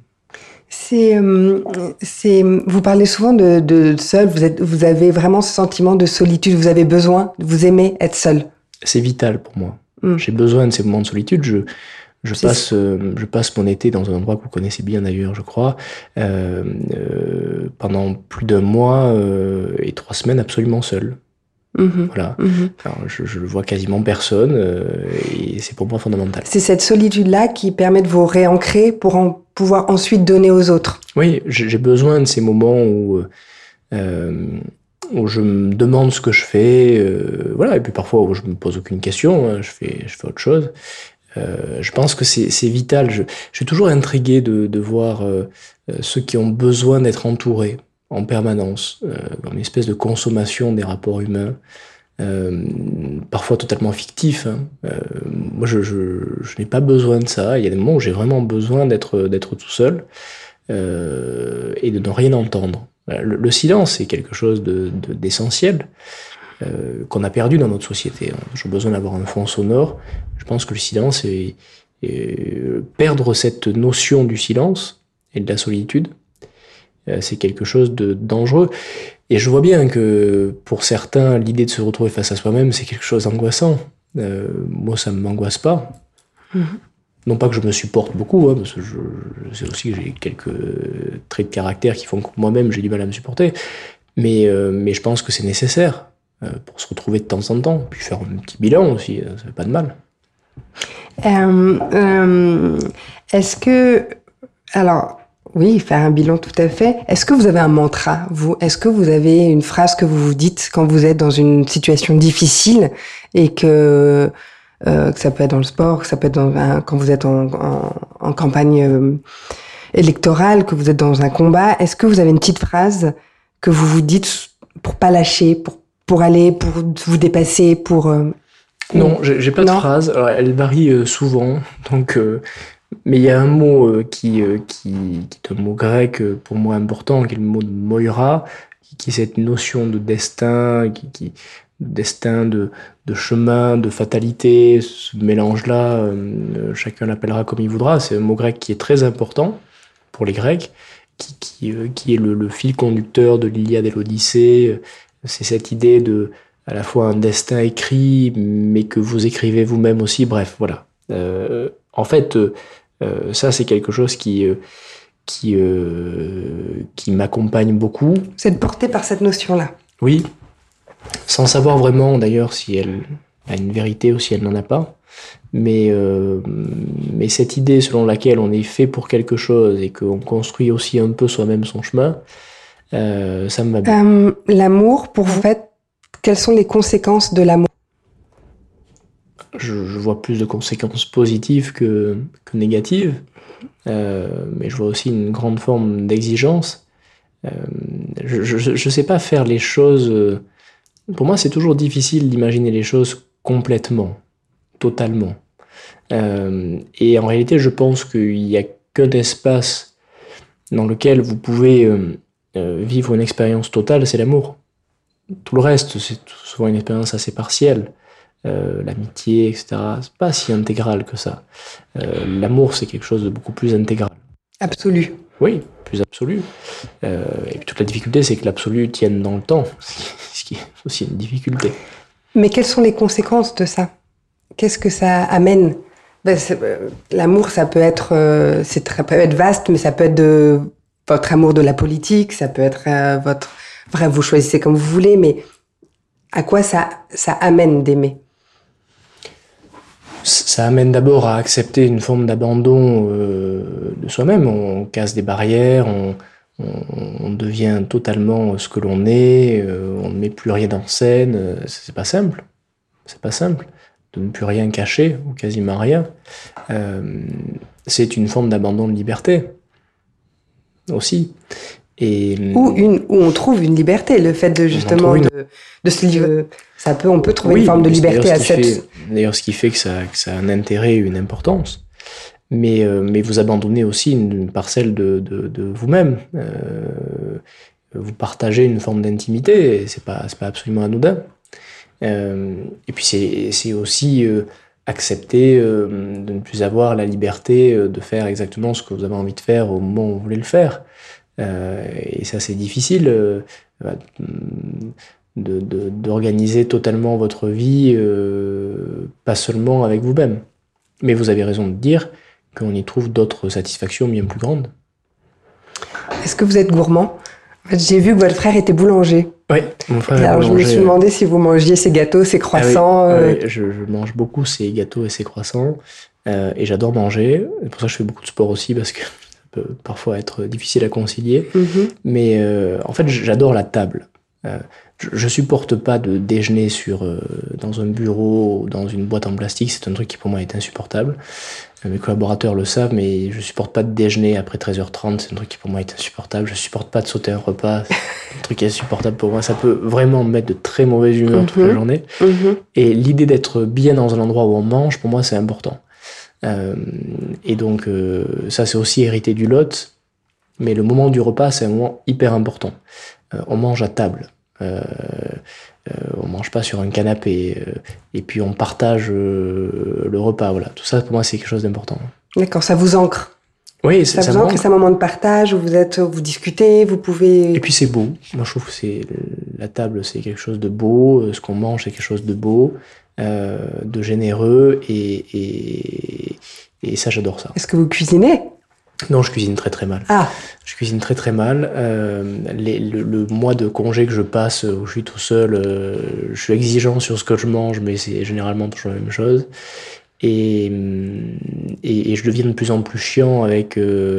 Speaker 1: C'est, c'est, vous parlez souvent de, de seul, vous, êtes, vous avez vraiment ce sentiment de solitude, vous avez besoin, vous aimez être seul.
Speaker 2: C'est vital pour moi.
Speaker 1: Mm.
Speaker 2: J'ai besoin de ces moments de solitude. Je, je,
Speaker 1: C'est
Speaker 2: passe, euh, je passe mon été dans un endroit que vous connaissez bien d'ailleurs, je crois, euh, euh, pendant plus d'un mois euh, et trois semaines absolument seul.
Speaker 1: Mmh.
Speaker 2: Voilà.
Speaker 1: Mmh.
Speaker 2: Alors, je, je vois quasiment personne euh, et c'est pour moi fondamental.
Speaker 1: C'est cette solitude-là qui permet de vous réancrer pour en pouvoir ensuite donner aux autres.
Speaker 2: Oui, j'ai besoin de ces moments où, euh, où je me demande ce que je fais, euh, voilà, et puis parfois où je me pose aucune question, hein, je fais, je fais autre chose. Euh, je pense que c'est vital. Je, je suis toujours intrigué de, de voir euh, ceux qui ont besoin d'être entourés en permanence, euh, dans une espèce de consommation des rapports humains, euh, parfois totalement fictifs. Hein. Euh, moi, je, je, je n'ai pas besoin de ça. Il y a des moments où j'ai vraiment besoin d'être d'être tout seul euh, et de ne rien entendre. Le, le silence, c'est quelque chose de, de, d'essentiel euh, qu'on a perdu dans notre société. J'ai besoin d'avoir un fond sonore. Je pense que le silence est, est perdre cette notion du silence et de la solitude. C'est quelque chose de dangereux. Et je vois bien que pour certains, l'idée de se retrouver face à soi-même, c'est quelque chose d'angoissant. Euh, moi, ça ne m'angoisse pas. Mmh. Non pas que je me supporte beaucoup, hein, parce que je, je sais aussi que j'ai quelques traits de caractère qui font que moi-même, j'ai du mal à me supporter. Mais, euh, mais je pense que c'est nécessaire euh, pour se retrouver de temps en temps. Puis faire un petit bilan aussi, ça fait pas de mal.
Speaker 1: Euh, euh, est-ce que... Alors, oui, faire un bilan, tout à fait. Est-ce que vous avez un mantra, vous? Est-ce que vous avez une phrase que vous vous dites quand vous êtes dans une situation difficile et que, euh, que ça peut être dans le sport, que ça peut être dans un, quand vous êtes en, en, en campagne euh, électorale, que vous êtes dans un combat? Est-ce que vous avez une petite phrase que vous vous dites pour pas lâcher, pour, pour aller, pour vous dépasser, pour... Euh,
Speaker 2: non, j'ai, j'ai pas
Speaker 1: non.
Speaker 2: de phrase. Alors, elle varie euh, souvent, donc... Euh... Mais il y a un mot euh, qui, euh, qui, qui est un mot grec euh, pour moi important, qui est le mot de moira, qui, qui est cette notion de destin, qui, qui, de destin, de, de chemin, de fatalité, ce mélange-là, euh, chacun l'appellera comme il voudra. C'est un mot grec qui est très important pour les Grecs, qui, qui, euh, qui est le, le fil conducteur de l'Iliade et l'Odyssée. C'est cette idée de à la fois un destin écrit, mais que vous écrivez vous-même aussi. Bref, voilà. Euh, en fait, euh, Euh, ça, c'est quelque chose qui, euh, qui, euh, qui m'accompagne beaucoup.
Speaker 1: Vous êtes porté par cette notion-là.
Speaker 2: Oui, sans savoir vraiment d'ailleurs si elle a une vérité ou si elle n'en a pas. Mais, euh, mais cette idée selon laquelle on est fait pour quelque chose et qu'on construit aussi un peu soi-même son chemin, euh, ça me va bien.
Speaker 1: Euh, l'amour, pour vous, en fait, quelles sont les conséquences de l'amour?
Speaker 2: Je, je vois plus de conséquences positives que, que négatives, euh, mais je vois aussi une grande forme d'exigence. Euh, je ne sais pas faire les choses... Euh, pour moi, c'est toujours difficile d'imaginer les choses complètement, totalement. Euh, et en réalité, je pense qu'il n'y a qu'un espace dans lequel vous pouvez euh, euh, vivre une expérience totale, c'est l'amour. Tout le reste, c'est souvent une expérience assez partielle. Euh, l'amitié, et cetera. C'est pas si intégral que ça. Euh, l'amour, c'est quelque chose de beaucoup plus intégral.
Speaker 1: Absolu.
Speaker 2: Oui, plus absolu. Euh, et puis toute la difficulté, c'est que l'absolu tienne dans le temps, ce qui est aussi une difficulté.
Speaker 1: Mais quelles sont les conséquences de ça? Qu'est-ce que ça amène? Ben, euh, l'amour, ça peut être, euh, c'est très, peut être vaste, mais ça peut être de votre amour de la politique, ça peut être euh, votre... Bref, vous choisissez comme vous voulez, mais à quoi ça, ça amène d'aimer?
Speaker 2: Ça amène d'abord à accepter une forme d'abandon euh, de soi-même. On casse des barrières, on, on, on devient totalement ce que l'on est, euh, on ne met plus rien en scène. Euh, c'est pas simple. C'est pas simple de ne plus rien cacher, ou quasiment rien. Euh, c'est une forme d'abandon de liberté aussi. Et,
Speaker 1: ou, une, où on trouve une liberté, le fait de justement de, de se livrer. Ça peut, on peut trouver
Speaker 2: oui,
Speaker 1: une forme de liberté à cette...
Speaker 2: Fait, d'ailleurs, ce qui fait que ça, que ça a un intérêt, une importance. Mais, euh, mais vous abandonnez aussi une, une parcelle de, de, de vous-même. Euh, vous partagez une forme d'intimité, et c'est pas, c'est pas absolument anodin. Euh, et puis c'est, c'est aussi euh, accepter euh, de ne plus avoir la liberté de faire exactement ce que vous avez envie de faire au moment où vous voulez le faire. Euh, et ça, c'est difficile. Euh, De, de, d'organiser totalement votre vie, euh, pas seulement avec vous-même. Mais vous avez raison de dire qu'on y trouve d'autres satisfactions bien plus grandes.
Speaker 1: Est-ce que vous êtes gourmand? En fait, j'ai vu que votre frère était boulanger.
Speaker 2: Oui, mon frère
Speaker 1: et
Speaker 2: est
Speaker 1: alors
Speaker 2: boulanger.
Speaker 1: Je me suis demandé si vous mangiez ces gâteaux, ces croissants.
Speaker 2: Ah oui,
Speaker 1: euh...
Speaker 2: oui, je, je mange beaucoup ces gâteaux et ces croissants. Euh, et j'adore manger. C'est pour ça que je fais beaucoup de sport aussi, parce que ça peut parfois être difficile à concilier. Mm-hmm. Mais euh, en fait, j'adore la table. Euh, Je supporte pas de déjeuner sur, euh, dans un bureau ou dans une boîte en plastique, c'est un truc qui pour moi est insupportable. Euh, mes collaborateurs le savent, mais je supporte pas de déjeuner après treize heures trente, c'est un truc qui pour moi est insupportable. Je supporte pas de sauter un repas, c'est un truc qui est insupportable pour moi. Ça peut vraiment me mettre de très mauvaise humeur mm-hmm. toute la journée. Mm-hmm. Et l'idée d'être bien dans un endroit où on mange, pour moi, c'est important. Euh, et donc, euh, ça, c'est aussi hérité du Lot. Mais le moment du repas, c'est un moment hyper important. Euh, on mange à table. Euh, euh, on mange pas sur un canapé euh, et puis on partage euh, le repas. Voilà, tout ça pour moi c'est quelque chose d'important.
Speaker 1: D'accord, ça vous ancre.
Speaker 2: Oui,
Speaker 1: ça,
Speaker 2: ça
Speaker 1: vous ancre. C'est un moment de partage où vous êtes, vous discutez, vous pouvez.
Speaker 2: Et puis c'est beau. Moi je trouve que c'est la table, c'est quelque chose de beau. Ce qu'on mange, c'est quelque chose de beau, euh, de généreux et, et et ça j'adore ça.
Speaker 1: Est-ce que vous cuisinez?
Speaker 2: Non, je cuisine très très mal.
Speaker 1: Ah.
Speaker 2: Je cuisine très très mal. Euh, les, le, le mois de congé que je passe où je suis tout seul, euh, je suis exigeant sur ce que je mange, mais c'est généralement toujours la même chose. Et, et, et je deviens de plus en plus chiant avec, euh,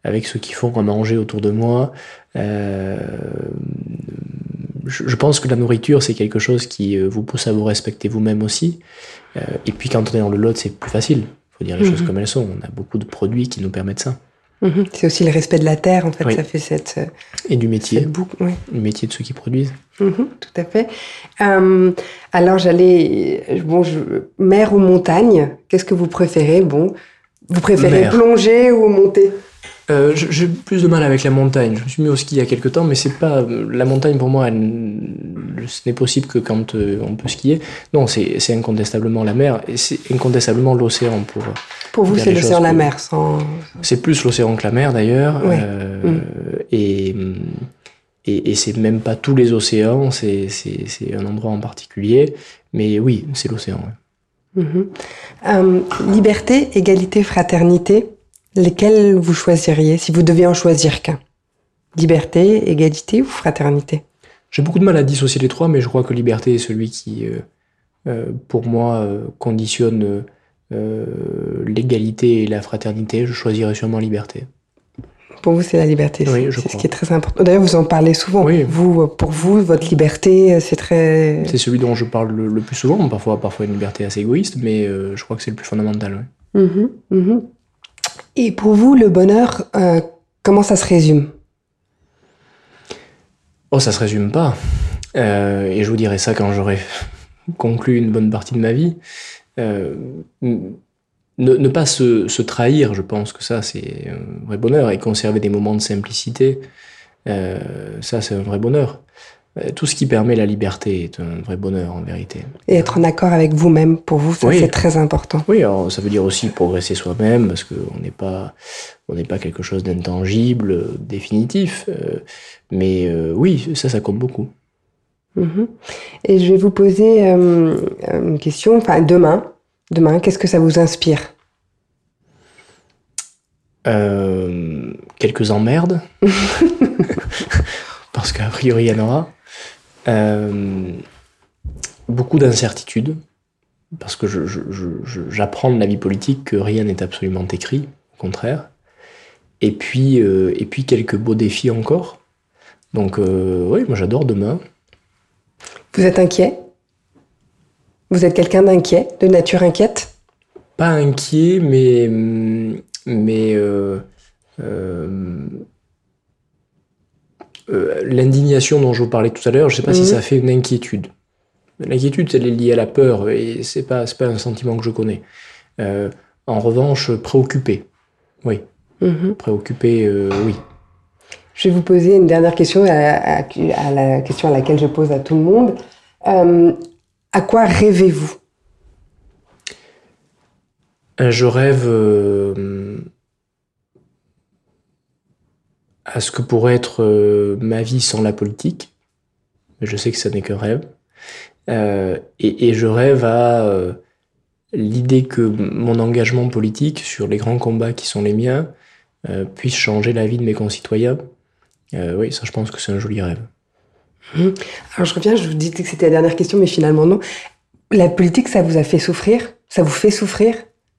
Speaker 2: avec ceux qui font à manger autour de moi. Euh, je, je pense que la nourriture, c'est quelque chose qui vous pousse à vous respecter vous-même aussi. Euh, et puis quand on est dans le Lot, c'est plus facile. Il faut dire les mmh. choses comme elles sont. On a beaucoup de produits qui nous permettent ça.
Speaker 1: Mmh. C'est aussi le respect de la terre, en fait. Oui. Ça fait cette...
Speaker 2: Et du métier.
Speaker 1: Cette boucle, oui.
Speaker 2: Le métier de ceux qui produisent.
Speaker 1: Mmh, tout à fait. Euh, alors, j'allais... Bon, je, mer ou montagne, qu'est-ce que vous préférez? Bon, vous préférez mer. Plonger ou monter?
Speaker 2: euh, J'ai plus de mal avec la montagne. Je me suis mis au ski il y a quelques temps, mais c'est pas... La montagne, pour moi, elle, ce n'est possible que quand euh, on peut skier. Non, c'est, c'est incontestablement la mer, et c'est incontestablement l'océan pour...
Speaker 1: Pour vous, c'est l'océan, la mer, sans...
Speaker 2: C'est plus l'océan que la mer, d'ailleurs.
Speaker 1: Oui.
Speaker 2: Euh,
Speaker 1: mmh.
Speaker 2: Et... Et, et c'est même pas tous les océans, c'est, c'est, c'est un endroit en particulier. Mais oui, c'est l'océan. Ouais.
Speaker 1: Mmh. Euh, liberté, égalité, fraternité, lesquels vous choisiriez si vous deviez en choisir qu'un? Liberté, égalité ou fraternité?
Speaker 2: J'ai beaucoup de mal à dissocier les trois, mais je crois que liberté est celui qui, euh, euh, pour moi, euh, conditionne euh, l'égalité et la fraternité. Je choisirais sûrement liberté.
Speaker 1: Pour vous, c'est la liberté,
Speaker 2: oui,
Speaker 1: c'est,
Speaker 2: je
Speaker 1: c'est
Speaker 2: crois.
Speaker 1: Ce qui est très important. D'ailleurs, vous en parlez souvent.
Speaker 2: Oui.
Speaker 1: Vous, pour vous, votre liberté, c'est très...
Speaker 2: C'est celui dont je parle le, le plus souvent, parfois, parfois une liberté assez égoïste, mais euh, je crois que c'est le plus fondamental. Oui.
Speaker 1: Mmh, mmh. Et pour vous, le bonheur, euh, comment ça se résume?
Speaker 2: Oh, ça se résume pas. Euh, et je vous dirai ça quand j'aurai conclu une bonne partie de ma vie. Euh, Ne, ne pas se, se trahir, je pense que ça, c'est un vrai bonheur. Et conserver des moments de simplicité, euh, ça, c'est un vrai bonheur. Euh, tout ce qui permet la liberté est un vrai bonheur, en vérité.
Speaker 1: Et être en accord avec vous-même, pour vous, ça, oui. C'est très important.
Speaker 2: Oui, alors, ça veut dire aussi progresser soi-même, parce qu'on n'est pas, on n'est pas quelque chose d'intangible, définitif. Euh, mais euh, oui, ça, ça compte beaucoup.
Speaker 1: Mmh. Et je vais vous poser euh, une question, enfin, demain. Demain, qu'est-ce que ça vous inspire?
Speaker 2: euh, Quelques emmerdes. Parce qu'a priori, il y en aura. Euh, beaucoup d'incertitudes. Parce que je, je, je, j'apprends de la vie politique que rien n'est absolument écrit. Au contraire. Et puis, euh, et puis quelques beaux défis encore. Donc, euh, oui, moi j'adore demain.
Speaker 1: Vous êtes inquiet? Vous êtes quelqu'un d'inquiet, de nature inquiète?
Speaker 2: Pas inquiet, mais, mais euh, euh, euh, l'indignation dont je vous parlais tout à l'heure, je ne sais pas mmh. si ça fait une inquiétude. L'inquiétude, elle est liée à la peur, et ce n'est pas, c'est pas un sentiment que je connais. Euh, en revanche, préoccupé, oui. Mmh. Préoccupé, euh, oui.
Speaker 1: Je vais vous poser une dernière question, à, à, à la question à laquelle je pose à tout le monde. Euh, À quoi rêvez-vous?
Speaker 2: Je rêve euh, à ce que pourrait être euh, ma vie sans la politique. Mais je sais que ça n'est qu'un rêve. Euh, et, et je rêve à euh, l'idée que mon engagement politique sur les grands combats qui sont les miens euh, puisse changer la vie de mes concitoyens. Euh, oui, ça, je pense que c'est un joli rêve.
Speaker 1: Mmh. Alors je reviens, je vous disais que c'était la dernière question, mais finalement non. La politique, ça vous a fait souffrir? Ça vous fait souffrir?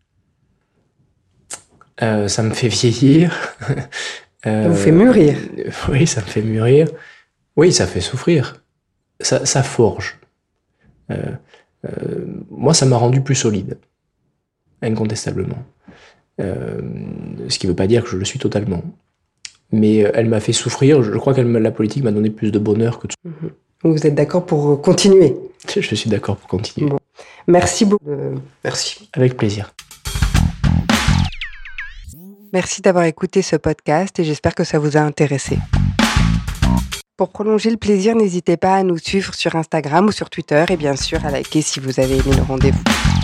Speaker 2: euh, Ça me fait vieillir.
Speaker 1: euh, ça vous fait mûrir?
Speaker 2: Oui, ça me fait mûrir. Oui, ça fait souffrir. Ça, ça forge. Euh, euh, moi, ça m'a rendu plus solide. Incontestablement. Euh, ce qui ne veut pas dire que je le suis totalement. Mais elle m'a fait souffrir. Je crois que la politique m'a donné plus de bonheur que tout.
Speaker 1: Mmh. Vous êtes d'accord pour continuer?
Speaker 2: Je suis d'accord pour continuer.
Speaker 1: Bon. Merci beaucoup. Euh, merci.
Speaker 2: Avec plaisir.
Speaker 1: Merci d'avoir écouté ce podcast et j'espère que ça vous a intéressé. Pour prolonger le plaisir, n'hésitez pas à nous suivre sur Instagram ou sur Twitter et bien sûr à liker si vous avez aimé le rendez-vous.